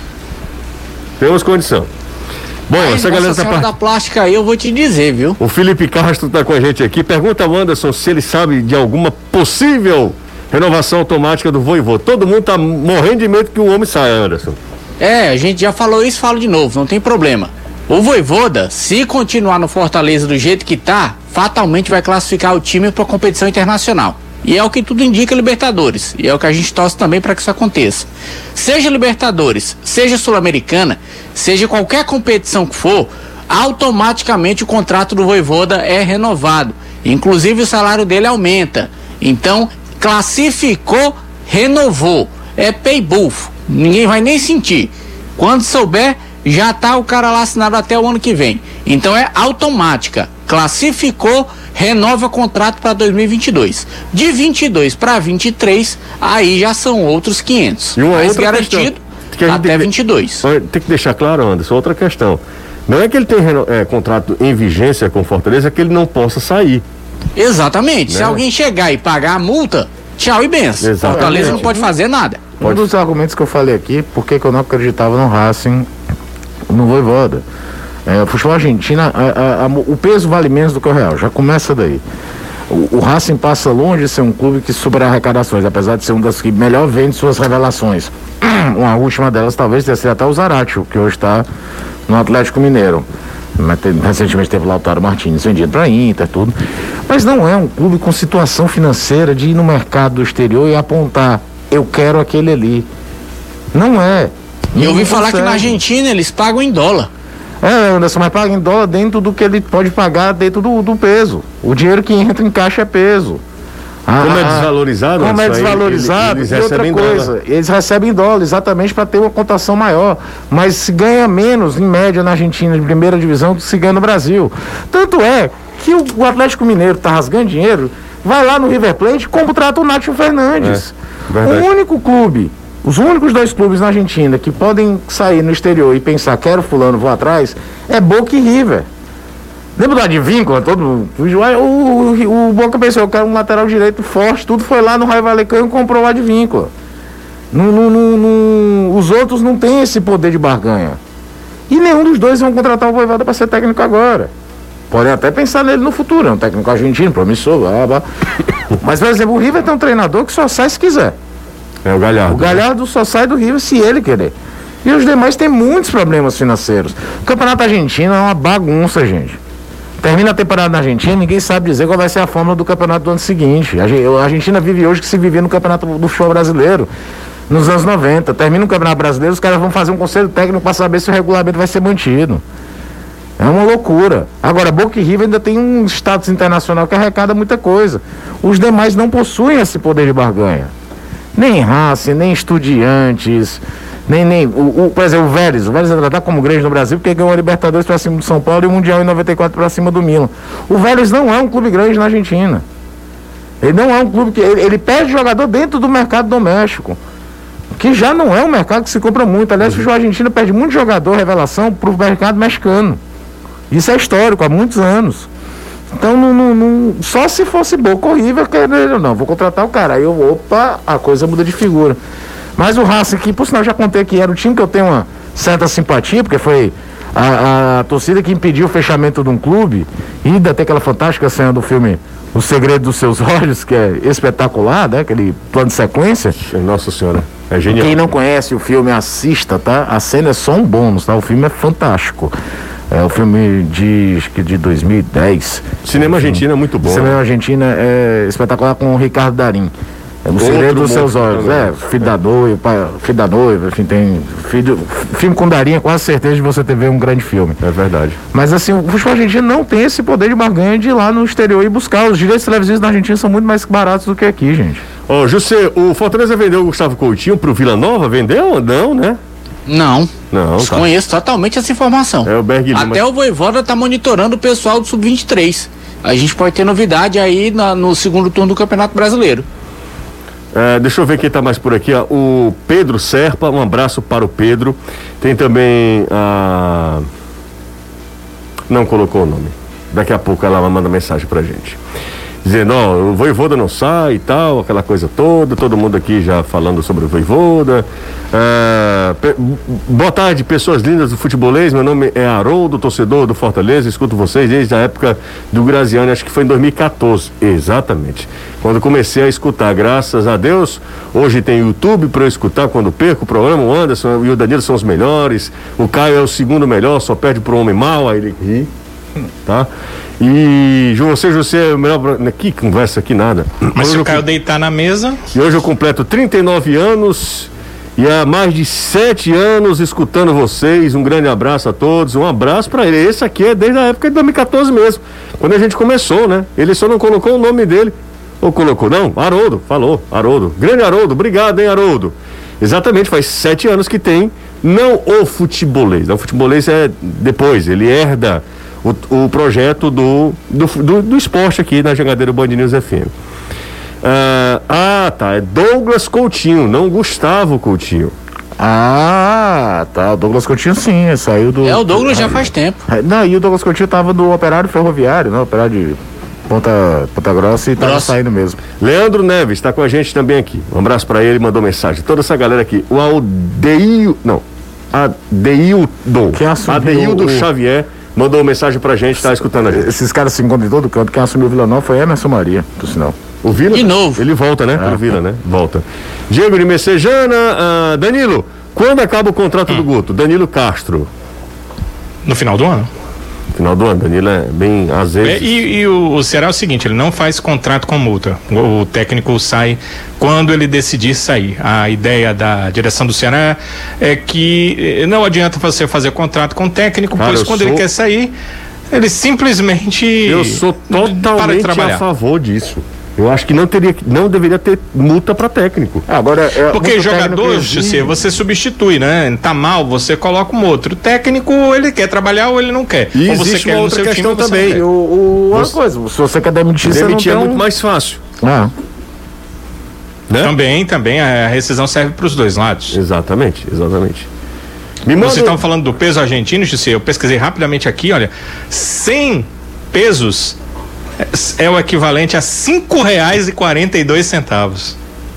Speaker 2: Temos condição. Bom, essa galera tá
Speaker 6: da plástica aí, eu vou te dizer, viu?
Speaker 2: O Felipe Castro tá com a gente aqui. Pergunta ao Anderson se ele sabe de alguma possível renovação automática do Vojvoda. Todo mundo tá morrendo de medo que o homem saia, Anderson.
Speaker 6: A gente já falou isso, falo de novo, não tem problema. O Vojvoda, se continuar no Fortaleza do jeito que tá, fatalmente vai classificar o time para competição internacional. E é o que tudo indica Libertadores. E é o que a gente torce também para que isso aconteça. Seja Libertadores, seja Sul-Americana, seja qualquer competição que for, automaticamente o contrato do Vojvoda é renovado. Inclusive o salário dele aumenta. Então, classificou, renovou. É pay-buff. Ninguém vai nem sentir. Quando souber, já tá o cara lá assinado até o ano que vem. Então é automática. Classificou, renova contrato para 2022. De 22 para 23, aí já são outros 500.
Speaker 2: E uma
Speaker 6: mais
Speaker 2: outra
Speaker 6: garantido até 22.
Speaker 2: Tem que deixar claro, Anderson, outra questão. Não é que ele tem contrato em vigência com Fortaleza, é que ele não possa sair.
Speaker 6: Exatamente. Né? Se alguém chegar e pagar a multa, tchau e benção.
Speaker 2: Exatamente.
Speaker 6: Fortaleza não pode fazer nada.
Speaker 5: Um dos argumentos que eu falei aqui, porque eu não acreditava no Racing, no Vojvoda. O futebol argentino, o peso vale menos do que o real, já começa daí. O Racing passa longe de ser um clube que supera arrecadações, apesar de ser um das que melhor vende suas revelações. Uma última delas talvez tenha sido até o Zaratio, que hoje está no Atlético Mineiro. Recentemente teve o Lautaro Martins vendido para Inter, tudo. Mas não é um clube com situação financeira de ir no mercado do exterior e apontar, eu quero aquele ali. Não é.
Speaker 6: E eu ouvi falar que na Argentina eles pagam em dólar.
Speaker 5: Anderson, mas paga em dólar dentro do que ele pode pagar dentro do peso. O dinheiro que entra em caixa é peso.
Speaker 2: Como é desvalorizado?
Speaker 5: Como é desvalorizado,
Speaker 2: eles
Speaker 5: e outra coisa,
Speaker 2: dólar.
Speaker 5: Eles recebem em dólar exatamente para ter uma cotação maior, mas se ganha menos em média na Argentina de primeira divisão do que se ganha no Brasil. Tanto é que o Atlético Mineiro tá rasgando dinheiro, vai lá no River Plate e contrata o Nacho Fernandes. O único clube, os únicos 2 clubes na Argentina que podem sair no exterior e pensar, quero fulano, vou atrás, é Boca e River. Lembra do Advíncula? O Boca pensou, eu quero um lateral direito forte, tudo foi lá no Raio Vallecano e comprou o Advíncula. Os outros não têm esse poder de barganha. E nenhum dos dois vão contratar o Vojvoda para ser técnico agora. Podem até pensar nele no futuro, é um técnico argentino, promissor, blá, blá. Mas, por exemplo, o River tem um treinador que só sai se quiser.
Speaker 2: É o Galhardo.
Speaker 5: O Galhardo só sai do River se ele querer. E os demais têm muitos problemas financeiros. O campeonato argentino é uma bagunça, gente. Termina a temporada na Argentina, ninguém sabe dizer qual vai ser a fórmula do campeonato do ano seguinte. A Argentina vive hoje que se vivia no campeonato do futebol brasileiro, nos anos 90. Termina o campeonato brasileiro, os caras vão fazer um conselho técnico para saber se o regulamento vai ser mantido. É uma loucura. Agora, Boca e River ainda tem um status internacional que arrecada muita coisa. Os demais não possuem esse poder de barganha. Nem Racing, nem Estudiantes, nem por exemplo, o Vélez é tratado como grande no Brasil porque ganhou a Libertadores para cima do São Paulo e o Mundial em 94 para cima do Milan. O Vélez não é um clube grande na Argentina. Ele não é um clube que... Ele perde jogador dentro do mercado doméstico, que já não é um mercado que se compra muito. Aliás, o Argentina perde muito jogador, revelação, para o mercado mexicano. Isso é histórico, há muitos anos. Então, só se fosse Boca ou River, não, vou contratar o cara. Aí a coisa muda de figura. Mas o Racing, que por sinal já contei que era o time que eu tenho uma certa simpatia, porque foi a torcida que impediu o fechamento de um clube, e ainda tem aquela fantástica cena do filme O Segredo dos Seus Olhos, que é espetacular, né? Aquele plano de sequência.
Speaker 2: Nossa Senhora, é genial.
Speaker 5: Quem não conhece o filme, assista, tá? A cena é só um bônus, tá? O filme é fantástico. É o filme de 2010.
Speaker 2: Cinema argentino é muito bom.
Speaker 5: Cinema argentino é espetacular, com o Ricardo Darín. É O Segredo dos Seus Olhos. Filho da noiva, enfim, tem filme com Darín, é quase certeza de você ter ver um grande filme.
Speaker 2: É verdade.
Speaker 5: Mas assim, o futebol argentino não tem esse poder de barganha de ir lá no exterior e buscar. Os direitos televisivos na Argentina são muito mais baratos do que aqui, gente.
Speaker 2: Ô, José, o Fortaleza vendeu o Gustavo Coutinho pro Vila Nova? Vendeu ou não, né?
Speaker 6: Não.
Speaker 2: Tá.
Speaker 6: Conheço totalmente essa informação.
Speaker 2: É o Berg Lima.
Speaker 6: Até o Vojvoda tá monitorando o pessoal do Sub-23. A gente pode ter novidade aí no segundo turno do Campeonato Brasileiro.
Speaker 2: Deixa eu ver quem tá mais por aqui, ó. O Pedro Serpa, um abraço para o Pedro. Tem também a... Não colocou o nome. Daqui a pouco ela manda mensagem pra gente, dizendo, o Vojvoda não sai e tal, aquela coisa toda, todo mundo aqui já falando sobre o Vojvoda. Boa tarde, pessoas lindas do futebolês, meu nome é Haroldo, torcedor do Fortaleza, escuto vocês desde a época do Graziani, acho que foi em 2014, exatamente, quando comecei a escutar, graças a Deus, hoje tem YouTube para eu escutar quando perco o programa, o Anderson e o Danilo são os melhores, o Caio é o segundo melhor, só perde pro homem mau, aí ele ri, tá? E José é o melhor. Que conversa aqui, nada.
Speaker 7: Mas se o Caio deitar na mesa.
Speaker 2: E hoje eu completo 39 anos e há mais de 7 anos escutando vocês. Um grande abraço a todos. Um abraço pra ele. Esse aqui é desde a época de 2014 mesmo, quando a gente começou, né? Ele só não colocou o nome dele. Ou colocou? Não? Haroldo, falou. Haroldo. Grande Haroldo. Obrigado, hein, Haroldo. Exatamente, faz 7 anos que tem. Não o futebolês. O futebolês é depois, ele herda o projeto do esporte aqui na Jangadeiro Band News FM. Tá, é Douglas Coutinho, não Gustavo Coutinho.
Speaker 5: Tá, o Douglas Coutinho sim, saiu do...
Speaker 6: O Douglas já faz tempo.
Speaker 5: Não, e o Douglas Coutinho tava do Operário Ferroviário, né? Operário de Ponta Grossa, e tava saindo mesmo.
Speaker 2: Leandro Neves tá com a gente também aqui, um abraço pra ele, mandou mensagem, toda essa galera aqui, o Adeildo Xavier mandou mensagem pra gente, tá escutando a gente.
Speaker 5: Esses caras se encontram em todo canto. Quem assumiu o Vila Nova foi Emerson Maria, por sinal.
Speaker 2: O Vila?
Speaker 6: De novo.
Speaker 2: Ele volta, né? Pro Vila, né? Volta. Diego de Messejana, Danilo, quando acaba o contrato do Guto? Danilo Castro.
Speaker 7: No final do ano.
Speaker 2: Final do ano, Danilo é bem às vezes.
Speaker 7: E o Ceará é o seguinte, ele não faz contrato com multa. O técnico sai quando ele decidir sair. A ideia da direção do Ceará é que não adianta você fazer contrato com o técnico, pois quando ele quer sair, ele simplesmente
Speaker 2: eu sou totalmente a favor disso. Eu acho que não deveria ter multa para técnico.
Speaker 7: Agora, porque jogador, você substitui, né? Tá mal, você coloca um outro. O técnico, ele quer trabalhar ou ele não quer.
Speaker 2: E
Speaker 7: ou
Speaker 2: existe
Speaker 7: você quer
Speaker 2: uma outra questão também.
Speaker 5: Outra coisa, se você quer demitir, você não
Speaker 2: é muito mais fácil.
Speaker 5: Né?
Speaker 7: Também, a rescisão serve para os dois lados.
Speaker 2: Exatamente.
Speaker 7: Vocês estão falando do peso argentino, José? Eu pesquisei rapidamente aqui, olha, 100 pesos é o equivalente a R$5,42.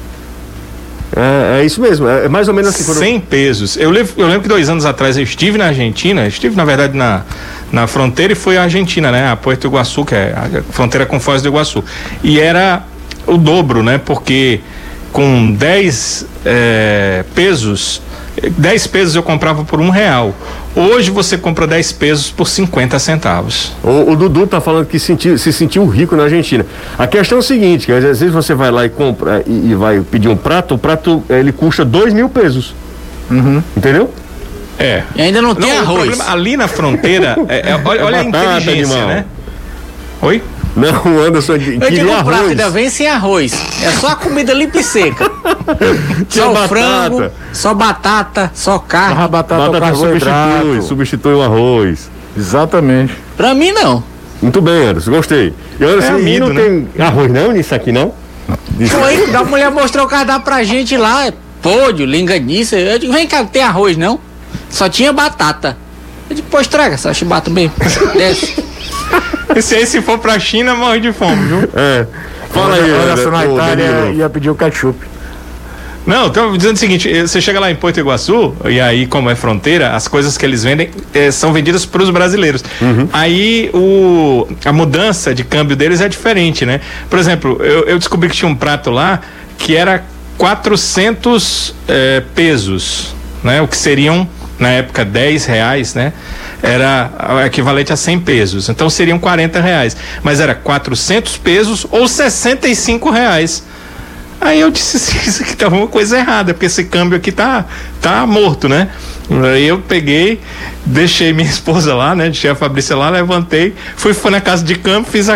Speaker 2: É isso mesmo, é mais ou menos assim.
Speaker 7: 100 pesos. Eu lembro que 2 anos atrás eu estive na Argentina, na verdade na fronteira, e foi a Argentina, né? A Puerto Iguaçu, que é a fronteira com Foz do Iguaçu. E era o dobro, né? Porque com 10 pesos eu comprava por R$1. Hoje você compra 10 pesos por 50 centavos.
Speaker 2: O Dudu tá falando que se sentiu rico na Argentina. A questão é o seguinte, que às vezes você vai lá e compra e vai pedir um prato, o prato ele custa 2.000 pesos. Entendeu?
Speaker 6: E ainda não tem arroz.
Speaker 7: O problema, ali na fronteira, olha a inteligência,
Speaker 2: animal.
Speaker 7: né? Oi?
Speaker 2: Não, o Anderson queria
Speaker 6: o prato
Speaker 2: arroz.
Speaker 6: ainda vem sem arroz. É só a comida limpa e seca. Só
Speaker 2: batata.
Speaker 6: frango, só batata, só carne.
Speaker 5: A batata
Speaker 2: substitui o arroz.
Speaker 5: Exatamente.
Speaker 6: Pra mim, não.
Speaker 2: Muito bem, Anderson, gostei. E Anderson,
Speaker 7: amido,
Speaker 2: não
Speaker 7: né?
Speaker 2: tem arroz não nisso aqui, não?
Speaker 6: Foi, a mulher mostrou o cardápio pra gente lá. Pódio, linganiça. Eu digo, vem cá, não tem arroz, não? Só tinha batata. Eu digo, pô, estraga essa chibata bem. Desce.
Speaker 7: Esse aí, se for pra China, morre de fome, viu?
Speaker 2: Fala aí,
Speaker 5: Olha só, na Itália
Speaker 2: Danilo.
Speaker 5: ia pedir o ketchup.
Speaker 7: Não, tô dizendo o seguinte, você chega lá em Porto Iguaçu, e aí, como é fronteira, as coisas que eles vendem são vendidas para os brasileiros. Aí a mudança de câmbio deles é diferente, né? Por exemplo, eu descobri que tinha um prato lá que era 400 pesos, né? O que seriam, na época, R$10, né? Era equivalente a 100 pesos. Então seriam R$40. Mas era 400 pesos ou R$65. Aí eu disse assim, isso aqui tá uma coisa errada, porque esse câmbio aqui tá morto, né? Aí eu peguei, deixei minha esposa lá, né? Deixei a Fabrícia lá, levantei, fui na casa de câmbio, fiz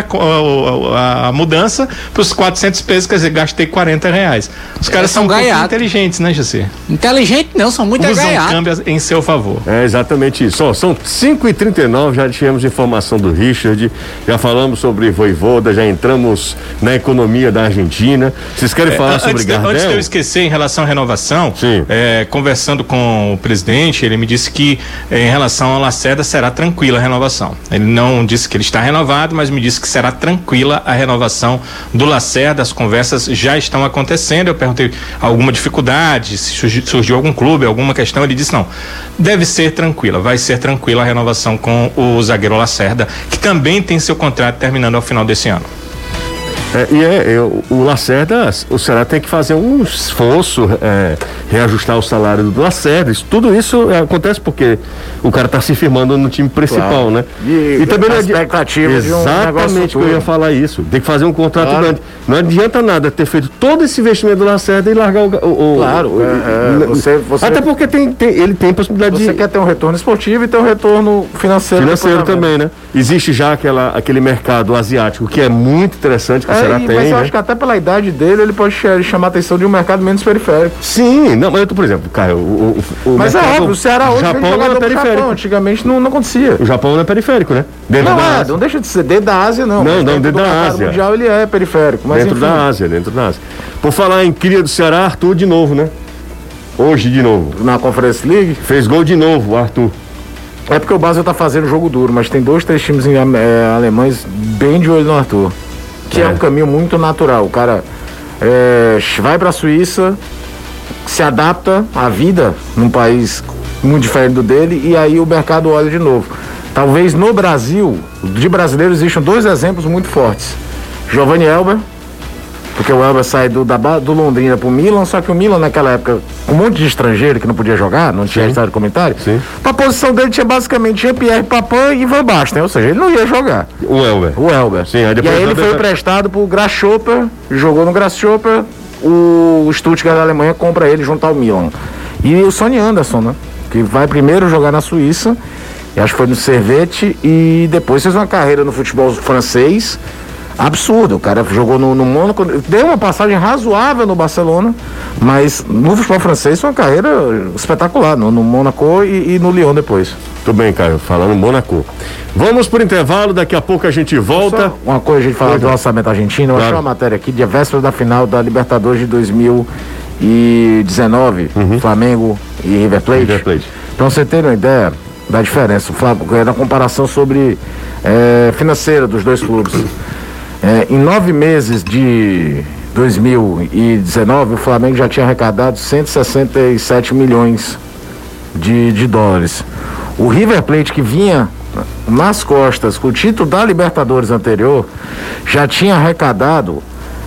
Speaker 7: a mudança pros 400 pesos, quer dizer, gastei R$40. Os caras são muito inteligentes, né, José?
Speaker 6: Inteligente não, são muito
Speaker 7: Usam
Speaker 6: agaiados.
Speaker 7: câmbio em seu favor.
Speaker 2: É exatamente isso. Ó, são 5h39, já tivemos informação do Richard, já falamos sobre Voivoda, já entramos na economia da Argentina. Vocês querem falar sobre Gardel?
Speaker 7: Antes de eu esquecer, em relação à renovação, conversando com o presidente, ele me disse que em relação ao Lacerda será tranquila a renovação. Ele não disse que ele está renovado, mas me disse que será tranquila a renovação do Lacerda. As conversas já estão acontecendo. Eu perguntei alguma dificuldade, se surgiu algum clube, alguma questão. Ele disse não, deve ser tranquila, vai ser tranquila a renovação com o zagueiro Lacerda, que também tem seu contrato terminando ao final desse ano.
Speaker 2: O Lacerda, o Ceará tem que fazer um esforço, reajustar o salário do Lacerda. Tudo isso acontece porque o cara está se firmando no time principal, né?
Speaker 5: E também a expectativa de um negócio
Speaker 2: exatamente que eu ia falar isso. Tem que fazer um contrato grande. Não adianta nada ter feito todo esse investimento do Lacerda e largar até porque ele tem possibilidade de...
Speaker 5: Você quer ter um retorno esportivo e ter um retorno financeiro
Speaker 2: também, né? Existe já aquele mercado asiático que é muito interessante, que
Speaker 5: mas eu acho que até pela idade dele ele pode chamar a atenção de um mercado menos periférico.
Speaker 2: Sim, não, mas por exemplo, cara,
Speaker 5: mas
Speaker 2: mercado,
Speaker 5: é óbvio, o Ceará hoje
Speaker 2: Japão não é periférico.
Speaker 5: Japão, antigamente não acontecia.
Speaker 2: O Japão não é periférico, né?
Speaker 5: Não deixa de ser dentro da Ásia, não.
Speaker 2: Dentro da Ásia.
Speaker 5: Mundial ele é periférico, mas
Speaker 2: dentro da Ásia. Por falar em cria do Ceará, Arthur de novo, né? Hoje de novo.
Speaker 5: Na Conference League?
Speaker 2: Fez gol de novo, Arthur.
Speaker 5: É porque o Basel tá fazendo jogo duro, mas tem 2, 3 times alemães bem de olho no Arthur. Que é um caminho muito natural. O cara vai para a Suíça, se adapta à vida num país muito diferente do dele e aí o mercado olha de novo. Talvez no Brasil, de brasileiros, existam 2 exemplos muito fortes. Giovanni Elber, porque o Elber sai do Londrina pro Milan, só que o Milan naquela época, um monte de estrangeiro que não podia jogar, não tinha estado de comentário. A posição dele tinha basicamente Jean-Pierre Papin e Van Basten, ou seja, ele não ia jogar.
Speaker 2: O Elber.
Speaker 5: Sim, aí depois ele foi emprestado pro Grasshopper, jogou no Grasshopper, o Stuttgart da Alemanha compra ele junto ao Milan. E o Sonny Anderson, né? Que vai primeiro jogar na Suíça, acho que foi no Servette, e depois fez uma carreira no futebol francês. Absurdo, o cara jogou no Mônaco, deu uma passagem razoável no Barcelona, mas no futebol francês foi uma carreira espetacular, no Mônaco e no Lyon depois.
Speaker 2: Tudo bem, Caio, falando Mônaco. Vamos por intervalo, daqui a pouco a gente volta.
Speaker 5: Só uma coisa, a gente fala do orçamento argentino, eu achei uma matéria aqui, de véspera da final da Libertadores de 2019, Flamengo e River Plate. Então você ter uma ideia da diferença, na comparação sobre financeira dos dois clubes. Em 9 meses de 2019, o Flamengo já tinha arrecadado 167 milhões de dólares. O River Plate, que vinha nas costas com o título da Libertadores anterior, já tinha arrecadado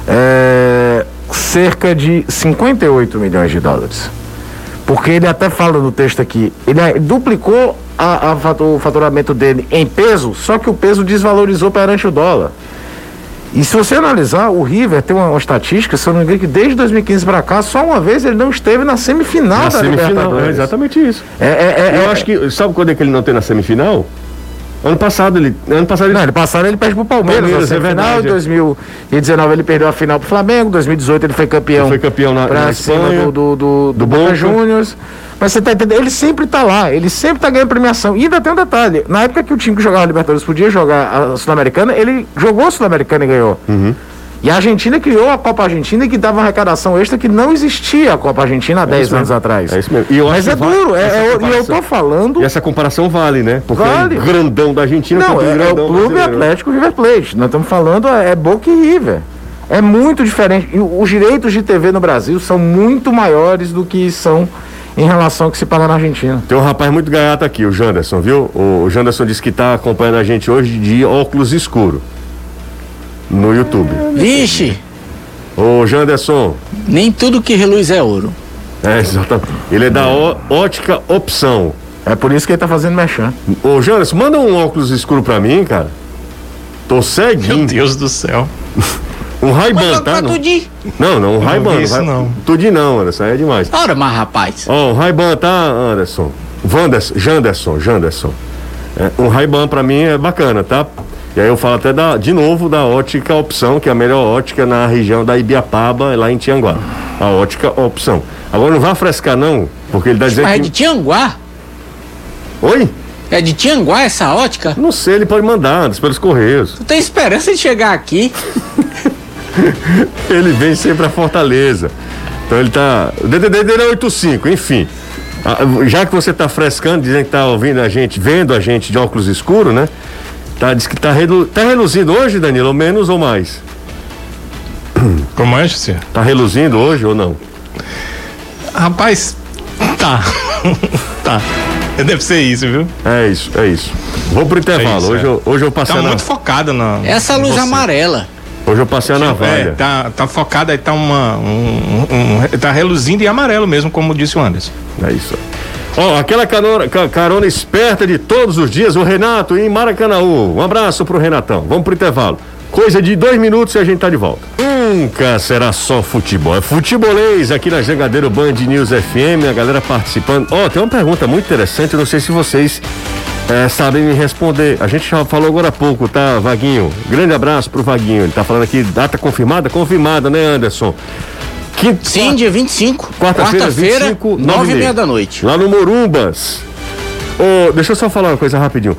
Speaker 5: cerca de 58 milhões de dólares. Porque ele até fala no texto aqui, ele duplicou o faturamento dele em peso, só que o peso desvalorizou perante o dólar. E se você analisar, o River tem uma estatística, se eu não me engano, que desde 2015 para cá, só uma vez ele não esteve na semifinal da Libertadores.
Speaker 2: É exatamente isso. Eu acho que, sabe quando é que ele não tem na semifinal? Ano passado ele perde pro Palmeiras na semifinal. Em 2019 ele perdeu a final pro Flamengo. Em 2018 ele foi campeão. Na Espanha do Boca Juniors. Mas você tá entendendo? Ele sempre tá lá, ele sempre tá ganhando premiação. E ainda tem um detalhe: na época que o time que jogava a Libertadores podia jogar a Sul-Americana, ele jogou a Sul-Americana e ganhou. E a Argentina criou a Copa Argentina, que dava uma arrecadação extra que não existia a Copa Argentina há 10 anos atrás. É isso mesmo.
Speaker 5: Mas é duro, e eu tô falando...
Speaker 2: E essa comparação vale, né? Porque
Speaker 5: vale.
Speaker 2: É o grandão da Argentina...
Speaker 5: Não, é o Clube Atlético River Plate. Nós estamos falando, é Boca e River. É muito diferente. E os direitos de TV no Brasil são muito maiores do que são em relação ao que se paga na Argentina.
Speaker 2: Tem um rapaz muito gaiato aqui, o Janderson, viu? O Janderson disse que está acompanhando a gente hoje de óculos escuro no YouTube.
Speaker 6: Vixe!
Speaker 2: Ô Janderson.
Speaker 6: Nem tudo que reluz é ouro.
Speaker 2: É, exatamente. Ele é da Ótica Opção.
Speaker 5: É por isso que ele tá fazendo merchan.
Speaker 2: Ô Janderson, manda um óculos escuro pra mim, cara. Tô ceguinho.
Speaker 7: Meu Deus do céu.
Speaker 2: Um Ray-Ban, tá? Não, um Ray-Ban.
Speaker 7: Não.
Speaker 2: Tudinho não, Anderson, é demais.
Speaker 6: Ora, mas rapaz.
Speaker 2: Ó, um Ray-Ban, tá, Anderson? Janderson. Um Ray-Ban pra mim é bacana, tá? E aí eu falo até de novo da Ótica Opção, que é a melhor ótica na região da Ibiapaba, lá em Tianguá. A Ótica Opção. Agora não vá frescar não, porque ele dá dizendo
Speaker 6: Mas é de Tianguá?
Speaker 2: Oi?
Speaker 6: É de Tianguá essa ótica?
Speaker 2: Não sei, ele pode mandar, pelos correios.
Speaker 6: Tu tem esperança de chegar aqui?
Speaker 2: Ele vem sempre a Fortaleza. Então ele tá... O DDD dele é 85, enfim. Já que você tá frescando, dizendo que tá ouvindo a gente, vendo a gente de óculos escuros, né? Diz que tá reluzindo hoje, Danilo, ou menos ou mais?
Speaker 7: Como é, José?
Speaker 2: Tá reluzindo hoje ou não?
Speaker 7: Rapaz, tá. Tá. Deve ser isso, viu?
Speaker 2: É isso. Vou pro intervalo. Hoje eu passei
Speaker 7: tá muito focada na...
Speaker 6: Essa luz amarela.
Speaker 2: Hoje eu passei a navalha.
Speaker 7: Tá focada aí, tá tá reluzindo em amarelo mesmo, como disse o Anderson.
Speaker 2: É isso. Ó, aquela carona esperta de todos os dias, o Renato em Maracanaú. Um abraço pro Renatão. Vamos pro intervalo. Coisa de 2 minutos e a gente tá de volta. Nunca será só futebol. É futebolês aqui na Jangadeiro Band News FM, a galera participando. Ó, tem uma pergunta muito interessante, eu não sei se vocês sabem me responder. A gente já falou agora há pouco, tá, Vaguinho? Grande abraço pro Vaguinho. Ele tá falando aqui, data confirmada? Confirmada, né, Anderson?
Speaker 6: Sim, dia 25.
Speaker 2: Quarta-feira,
Speaker 6: 9h30 da noite.
Speaker 2: Lá no Morumbas. Deixa eu só falar uma coisa rapidinho.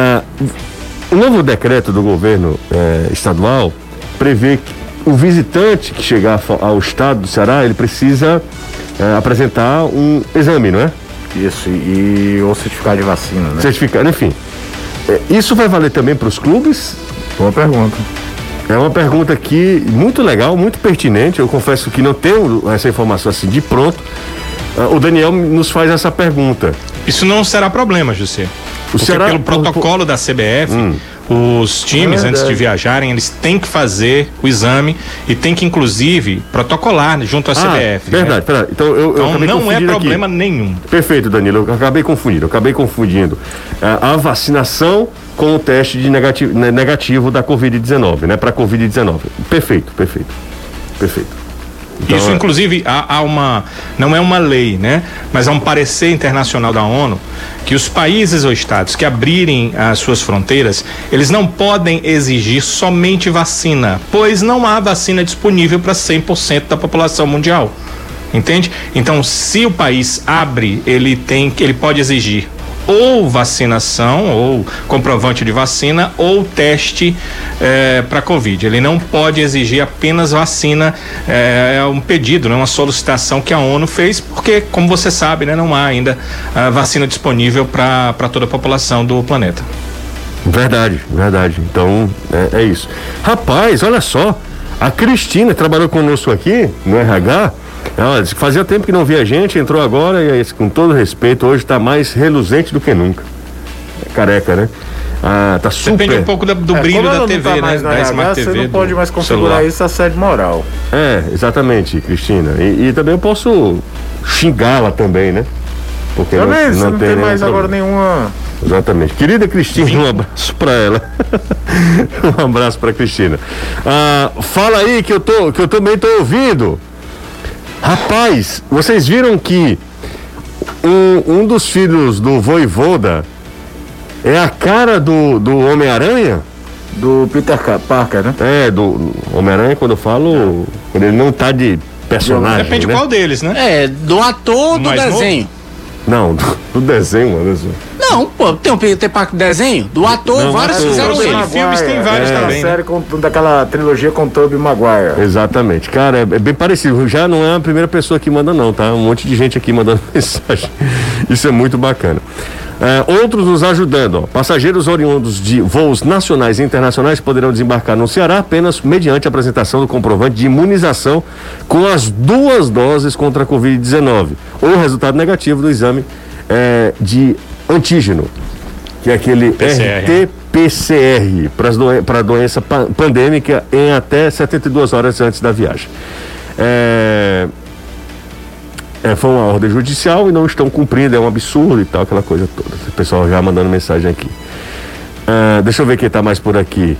Speaker 2: O novo decreto do governo estadual prevê que o visitante que chegar ao estado do Ceará, ele precisa apresentar um exame, não é?
Speaker 5: Isso, ou certificado de vacina, né?
Speaker 2: Certificado, enfim. Isso vai valer também para os clubes?
Speaker 5: Boa pergunta.
Speaker 2: É uma pergunta aqui muito legal, muito pertinente. Eu confesso que não tenho essa informação assim de pronto. O Daniel nos faz essa pergunta.
Speaker 7: Isso não será problema, José. Porque pelo protocolo da CBF, os times, antes de viajarem, eles têm que fazer o exame e tem que, inclusive, protocolar junto à CBF.
Speaker 2: Verdade,
Speaker 7: né?
Speaker 2: Então eu acabei
Speaker 7: não é problema
Speaker 2: aqui.
Speaker 7: Nenhum. Perfeito,
Speaker 2: Danilo. Eu acabei confundindo a vacinação com o teste de negativo da Covid-19, né? Para Covid-19. Perfeito. Então,
Speaker 7: isso, inclusive, não é uma lei, né? Mas há um parecer internacional da ONU que os países ou estados que abrirem as suas fronteiras, eles não podem exigir somente vacina, pois não há vacina disponível para 100% da população mundial. Entende? Então, se o país abre, ele pode exigir ou vacinação, ou comprovante de vacina, ou teste para Covid. Ele não pode exigir apenas vacina, é um pedido, né, uma solicitação que a ONU fez, porque, como você sabe, né, não há ainda vacina disponível para toda a população do planeta.
Speaker 2: Verdade. Então, é isso. Rapaz, olha só, a Cristina trabalhou conosco aqui no RH. Ela disse que fazia tempo que não via a gente, entrou agora e, com todo respeito, hoje está mais reluzente do que nunca. Careca, né? Tá super.
Speaker 7: Depende um pouco do brilho da TV, né? Da Smart TV.
Speaker 5: Você não pode mais configurar celular. Isso, assédio moral.
Speaker 2: Exatamente, Cristina. E também eu posso xingá-la também, né? Porque
Speaker 5: também, não tem mais agora
Speaker 2: Exatamente. Querida Cristina, um abraço pra ela. Um abraço pra Cristina. Fala aí que eu também tô ouvindo. Rapaz, vocês viram que um dos filhos do Voivoda é a cara do Homem-Aranha?
Speaker 5: Do Peter Parker, né?
Speaker 2: É, do Homem-Aranha, quando eu falo, quando ele não tá de personagem.
Speaker 7: Depende, né? Qual deles, né?
Speaker 6: É, do ator do desenho.
Speaker 2: Novo? Não, do desenho, Anderson.
Speaker 6: Não, pô, tem um Peter Parker desenho, do ator,
Speaker 2: não,
Speaker 6: vários fizeram ele.
Speaker 7: Filmes tem vários também.
Speaker 5: Série daquela trilogia com Tobey Maguire.
Speaker 2: Exatamente. Cara, é bem parecido. Já não é a primeira pessoa que manda, não, tá? Um monte de gente aqui mandando mensagem. Isso é muito bacana. Outros nos ajudando, ó. Passageiros oriundos de voos nacionais e internacionais poderão desembarcar no Ceará apenas mediante a apresentação do comprovante de imunização com as 2 doses contra a Covid-19 ou resultado negativo do exame de antígeno, que é aquele RT-PCR para doença pandêmica em até 72 horas antes da viagem. Foi uma ordem judicial e não estão cumprindo, é um absurdo e tal, aquela coisa toda. O pessoal já mandando mensagem aqui. Deixa eu ver quem está mais por aqui.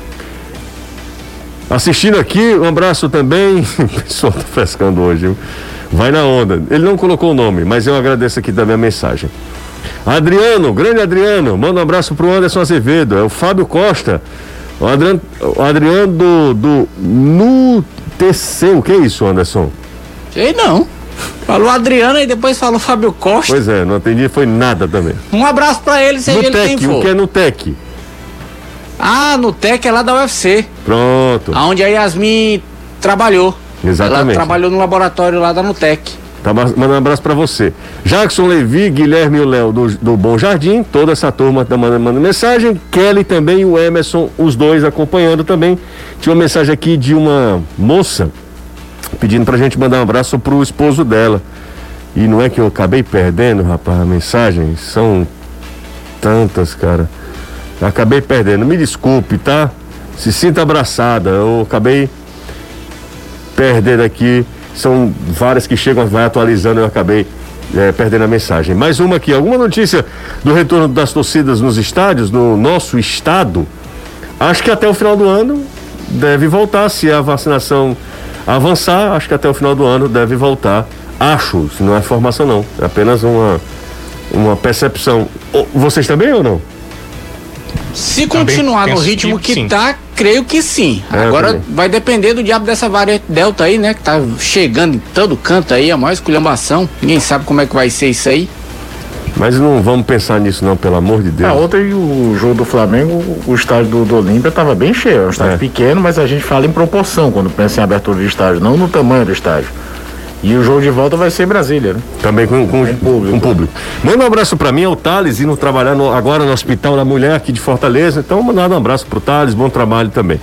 Speaker 2: Assistindo aqui, um abraço também. O pessoal está frescando hoje, viu? Vai na onda. Ele não colocou o nome, mas eu agradeço aqui também a mensagem. Adriano, grande Adriano, manda um abraço pro Anderson Azevedo. É o Fábio Costa. O Adriano do NUTC. O que é isso, Anderson?
Speaker 6: Sei não. Falou Adriano e depois falou Fábio Costa.
Speaker 2: Pois é, não entendi, foi nada também.
Speaker 6: Um abraço pra ele, seja ele quem for.
Speaker 2: O que é Nutec?
Speaker 6: Nutec é lá da UFC.
Speaker 2: Pronto.
Speaker 6: Onde a Yasmin trabalhou.
Speaker 2: Exatamente.
Speaker 6: Ela trabalhou no laboratório lá da Nutec.
Speaker 2: Tá mandando um abraço pra você. Jackson Levi, Guilherme e o Léo do Bom Jardim, toda essa turma tá mandando mensagem. Kelly também e o Emerson, os dois acompanhando também. Tinha uma mensagem aqui de uma moça pedindo pra gente mandar um abraço pro esposo dela. E não é que eu acabei perdendo, rapaz, a mensagem? São tantas, cara. Eu acabei perdendo. Me desculpe, tá? Se sinta abraçada. Eu acabei perdendo aqui. São várias que chegam, vai atualizando, eu acabei perdendo a mensagem. Mais uma aqui, alguma notícia do retorno das torcidas nos estádios, no nosso estado? Acho que até o final do ano deve voltar, se a vacinação avançar, acho que até o final do ano deve voltar. Acho, se não é formação não, é apenas uma percepção. Vocês também ou não?
Speaker 6: Se continuar no ritmo que tá, creio que sim. Agora vai depender do diabo dessa variante Delta aí, né? Que tá chegando em todo canto aí, a maior esculhambação. Ninguém sabe como é que vai ser isso aí.
Speaker 2: Mas não vamos pensar nisso não, pelo amor de Deus.
Speaker 5: Ontem o jogo do Flamengo, o estádio do Olímpia estava bem cheio. É um estádio pequeno, mas a gente fala em proporção quando pensa em abertura de estádio, não no tamanho do estádio. E o jogo de volta vai ser em Brasília, né?
Speaker 2: Também com público. Manda um abraço pra mim, é o Thales, indo trabalhar agora no Hospital da Mulher aqui de Fortaleza. Então, mandar um abraço pro Thales, bom trabalho também.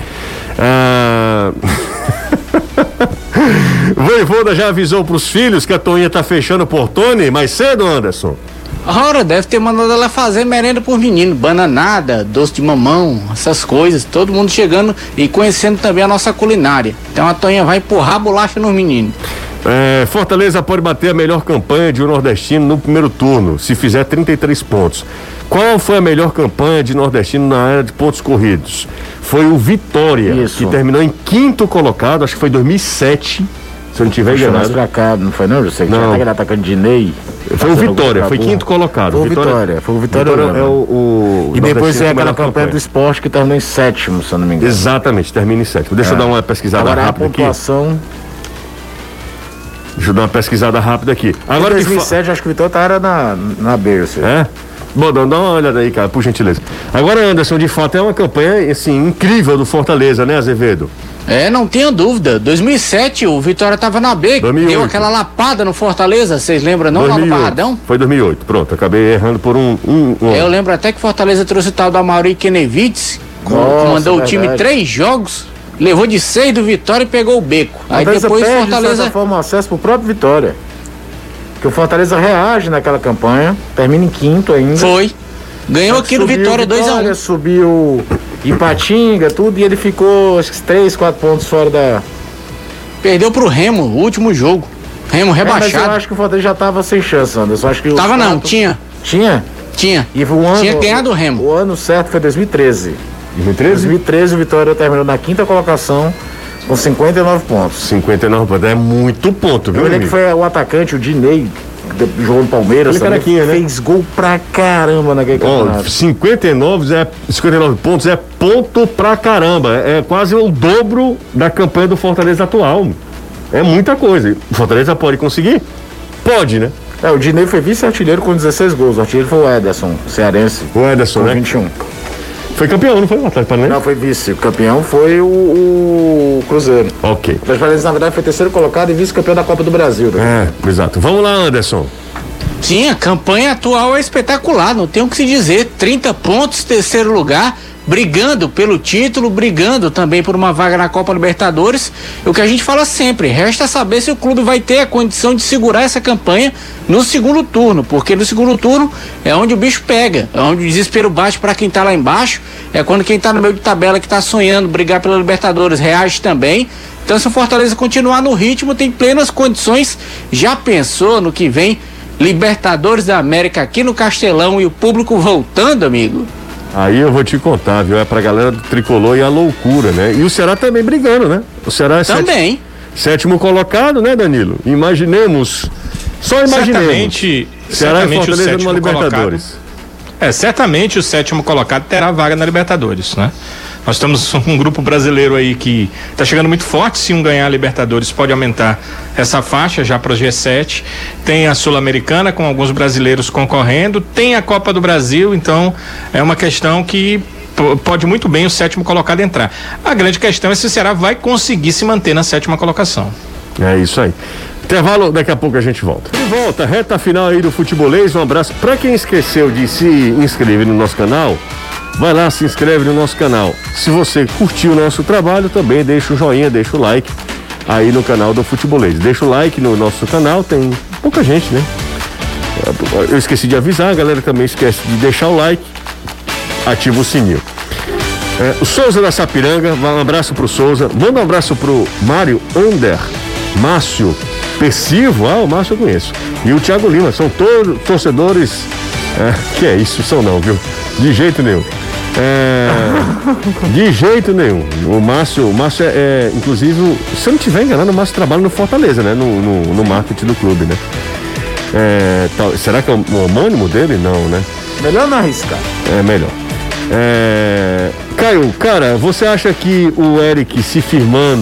Speaker 2: Voivoda já avisou pros filhos que a Toinha tá fechando o portone mais cedo, Anderson?
Speaker 6: Ora, deve ter mandado ela fazer merenda por menino, bananada, doce de mamão, essas coisas, todo mundo chegando e conhecendo também a nossa culinária. Então a Toinha vai empurrar a bolacha nos meninos.
Speaker 2: Fortaleza pode bater a melhor campanha de um nordestino no primeiro turno, se fizer 33 pontos. Qual foi a melhor campanha de nordestino na área de pontos corridos? Foi o Vitória, que terminou em 5º colocado, acho que foi 2007, se eu não tiver enganado.
Speaker 5: Mais pra cá, não foi não, José? Não. Aquele atacante de Ney.
Speaker 2: Foi o Vitória, foi 5º colocado.
Speaker 5: Foi o Vitória.
Speaker 2: É o
Speaker 5: e depois é aquela campanha do esporte que terminou em 7º, se eu não me engano.
Speaker 2: Exatamente, termina em 7º. Deixa eu dar uma pesquisada
Speaker 5: agora
Speaker 2: rápida aqui. Deixa eu dar uma pesquisada rápida aqui.
Speaker 5: Agora, em 2007, acho que o Vitória era na B, você.
Speaker 2: Bom, dá uma olhada aí, cara, por gentileza. Agora, Anderson, de fato, é uma campanha, assim, incrível do Fortaleza, né, Azevedo?
Speaker 6: Não tenho dúvida. 2007, o Vitória tava na B, 2008. Deu aquela lapada no Fortaleza, vocês lembram não?
Speaker 2: 2008.
Speaker 6: Lá no Barradão?
Speaker 2: Foi 2008, pronto, acabei errando por um
Speaker 6: Eu lembro até que Fortaleza trouxe o tal do Amaury Kenevitz, comandou o time 3 jogos. Levou de 6 do Vitória e pegou o beco. Aí depois
Speaker 5: perde,
Speaker 6: Fortaleza.
Speaker 5: De certa forma, acesso pro próprio Vitória. Porque o Fortaleza reage naquela campanha, termina em 5º ainda.
Speaker 6: Foi. Ganhou aqui no Vitória 2-1.
Speaker 5: Subiu Ipatinga, tudo, e ele ficou acho que 3, 4 pontos fora da.
Speaker 6: Perdeu pro Remo, o último jogo. Remo rebaixado.
Speaker 5: Mas eu acho que o Fortaleza já tava sem chance, Anderson. Acho que
Speaker 6: tava não, tinha.
Speaker 5: Tinha?
Speaker 6: Tinha.
Speaker 5: E o ano,
Speaker 6: tinha ganhado o Remo.
Speaker 5: O ano certo foi 2013.
Speaker 2: 2013?
Speaker 5: 2013 o Vitória terminou na 5ª colocação com 59 pontos.
Speaker 2: 59 pontos, é muito ponto, viu?
Speaker 5: Eu olhei que foi o atacante, o Dinei, que jogou no Palmeiras,
Speaker 2: também,
Speaker 5: fez gol pra caramba naquele campeonato.
Speaker 2: 59 pontos é ponto pra caramba. É quase o dobro da campanha do Fortaleza atual. É muita coisa. O Fortaleza pode conseguir? Pode, né?
Speaker 5: O Dinei foi vice-artilheiro com 16 gols. O artilheiro foi o Ederson, cearense.
Speaker 2: O Ederson,
Speaker 5: com
Speaker 2: né?
Speaker 5: 21.
Speaker 2: Foi campeão, não foi o Atlético Paranaense?
Speaker 5: Não, foi vice. O campeão foi o Cruzeiro.
Speaker 2: Ok.
Speaker 5: O Atlético Paranaense, na verdade, foi terceiro colocado e vice-campeão da Copa do Brasil. Né?
Speaker 2: Exato. Vamos lá, Anderson.
Speaker 6: Sim, a campanha atual é espetacular, não tem o que se dizer. 30 pontos, terceiro lugar, brigando pelo título, brigando também por uma vaga na Copa Libertadores. O que a gente fala sempre, resta saber se o clube vai ter a condição de segurar essa campanha no segundo turno, porque no segundo turno é onde o bicho pega, é onde o desespero bate para quem tá lá embaixo, é quando quem tá no meio de tabela que tá sonhando brigar pela Libertadores reage também. Então, se o Fortaleza continuar no ritmo, tem plenas condições. Já pensou no que vem Libertadores da América aqui no Castelão e o público voltando, amigo?
Speaker 2: Aí eu vou te contar, viu? É pra galera do Tricolor e a loucura, né? E o Ceará também brigando, né? O Ceará é
Speaker 6: também.
Speaker 2: Sétimo colocado, né, Danilo? Imaginemos, só imaginemos. Ceará e Fortaleza numa Libertadores.
Speaker 7: Certamente o sétimo colocado terá vaga na Libertadores, né? Nós temos um grupo brasileiro aí que está chegando muito forte. Se um ganhar a Libertadores, pode aumentar essa faixa já para o G7. Tem a Sul-Americana com alguns brasileiros concorrendo. Tem a Copa do Brasil, então é uma questão que pode muito bem o sétimo colocado entrar. A grande questão é se o Ceará vai conseguir se manter na sétima colocação.
Speaker 2: É isso aí. Intervalo, daqui a pouco a gente volta. De volta, reta final aí do Futebolês. Um abraço para quem esqueceu de se inscrever no nosso canal. Vai lá, se inscreve no nosso canal. Se você curtiu o nosso trabalho, também deixa o joinha, deixa o like aí no canal do Futebolês. Deixa o like no nosso canal, tem pouca gente, né? Eu esqueci de avisar, a galera também esquece de deixar o like, ativa o sininho. O Souza da Sapiranga, um abraço pro Souza. Manda um abraço pro Mário Under, Márcio Percivo, o Márcio eu conheço. E o Thiago Lima, são todos torcedores. Que é isso, são não, viu? De jeito nenhum. De jeito nenhum. O Márcio inclusive, se eu não estiver enganado, o Márcio trabalha no Fortaleza, né? No marketing do clube, né? Será que é o homônimo dele? Não, né?
Speaker 5: Melhor não arriscar.
Speaker 2: É melhor. Caio, cara, você acha que o Eric se firmar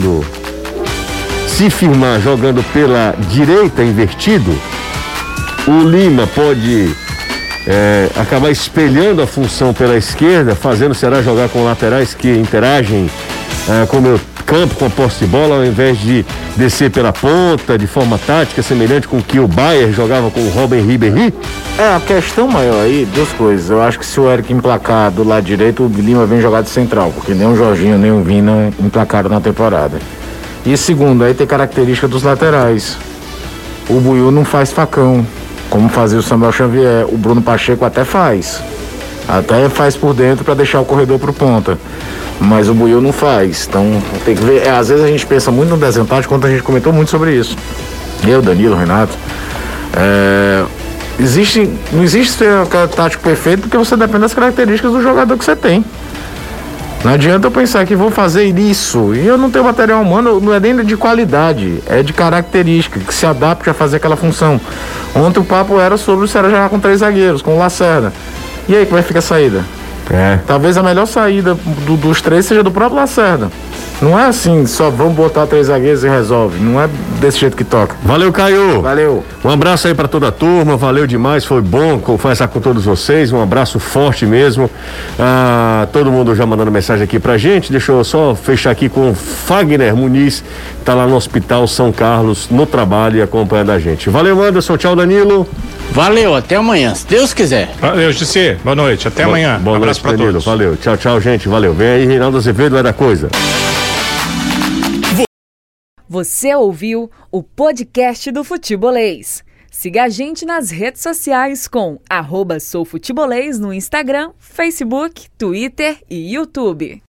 Speaker 2: jogando pela direita invertido, o Lima pode acabar espelhando a função pela esquerda, fazendo o Ceará jogar com laterais que interagem com o meu campo, com a posse de bola, ao invés de descer pela ponta de forma tática, semelhante com o que o Bayer jogava com o Robben Ribéry?
Speaker 5: A questão maior aí, duas coisas. Eu acho que se o Eric emplacar do lado direito, o Lima vem jogar de central, porque nem o Jorginho nem o Vina emplacaram na temporada. E segundo, aí tem característica dos laterais. O Buiú não faz facão, como fazia o Samuel Xavier. O Bruno Pacheco até faz por dentro para deixar o corredor pro ponta, mas o Buiú não faz. Então tem que ver, às vezes a gente pensa muito no desempate, quando a gente comentou muito sobre isso, eu, Danilo, Renato, não existe aquele tático perfeito, porque você depende das características do jogador que você tem. Não adianta eu pensar que vou fazer isso e eu não tenho material humano, não é nem de qualidade, é de característica, que se adapte a fazer aquela função. Ontem o papo era sobre o Ceará jogar com 3 zagueiros, com o Lacerda. E aí, como é que fica a saída? Talvez a melhor saída dos 3 seja do próprio Lacerda. Não é assim, só vamos botar 3 zagueiros e resolve. Não é desse jeito que toca.
Speaker 2: Valeu, Caio.
Speaker 5: Valeu.
Speaker 2: Um abraço aí pra toda a turma, valeu demais, foi bom conversar com todos vocês, um abraço forte mesmo. Todo mundo já mandando mensagem aqui pra gente, deixa eu só fechar aqui com o Fagner Muniz, tá lá no Hospital São Carlos, no trabalho e acompanhando a gente. Valeu, Anderson, tchau, Danilo.
Speaker 6: Valeu, até amanhã, se Deus quiser.
Speaker 7: Valeu, Jussi, boa noite, até amanhã.
Speaker 2: Boa
Speaker 7: abraço
Speaker 2: noite,
Speaker 7: pra
Speaker 2: Danilo.
Speaker 7: todos.
Speaker 2: Valeu, tchau, gente, valeu. Vem aí, Reinaldo Azevedo, é da coisa.
Speaker 1: Você ouviu o podcast do Futebolês. Siga a gente nas redes sociais com @soufutebolês no Instagram, Facebook, Twitter e YouTube.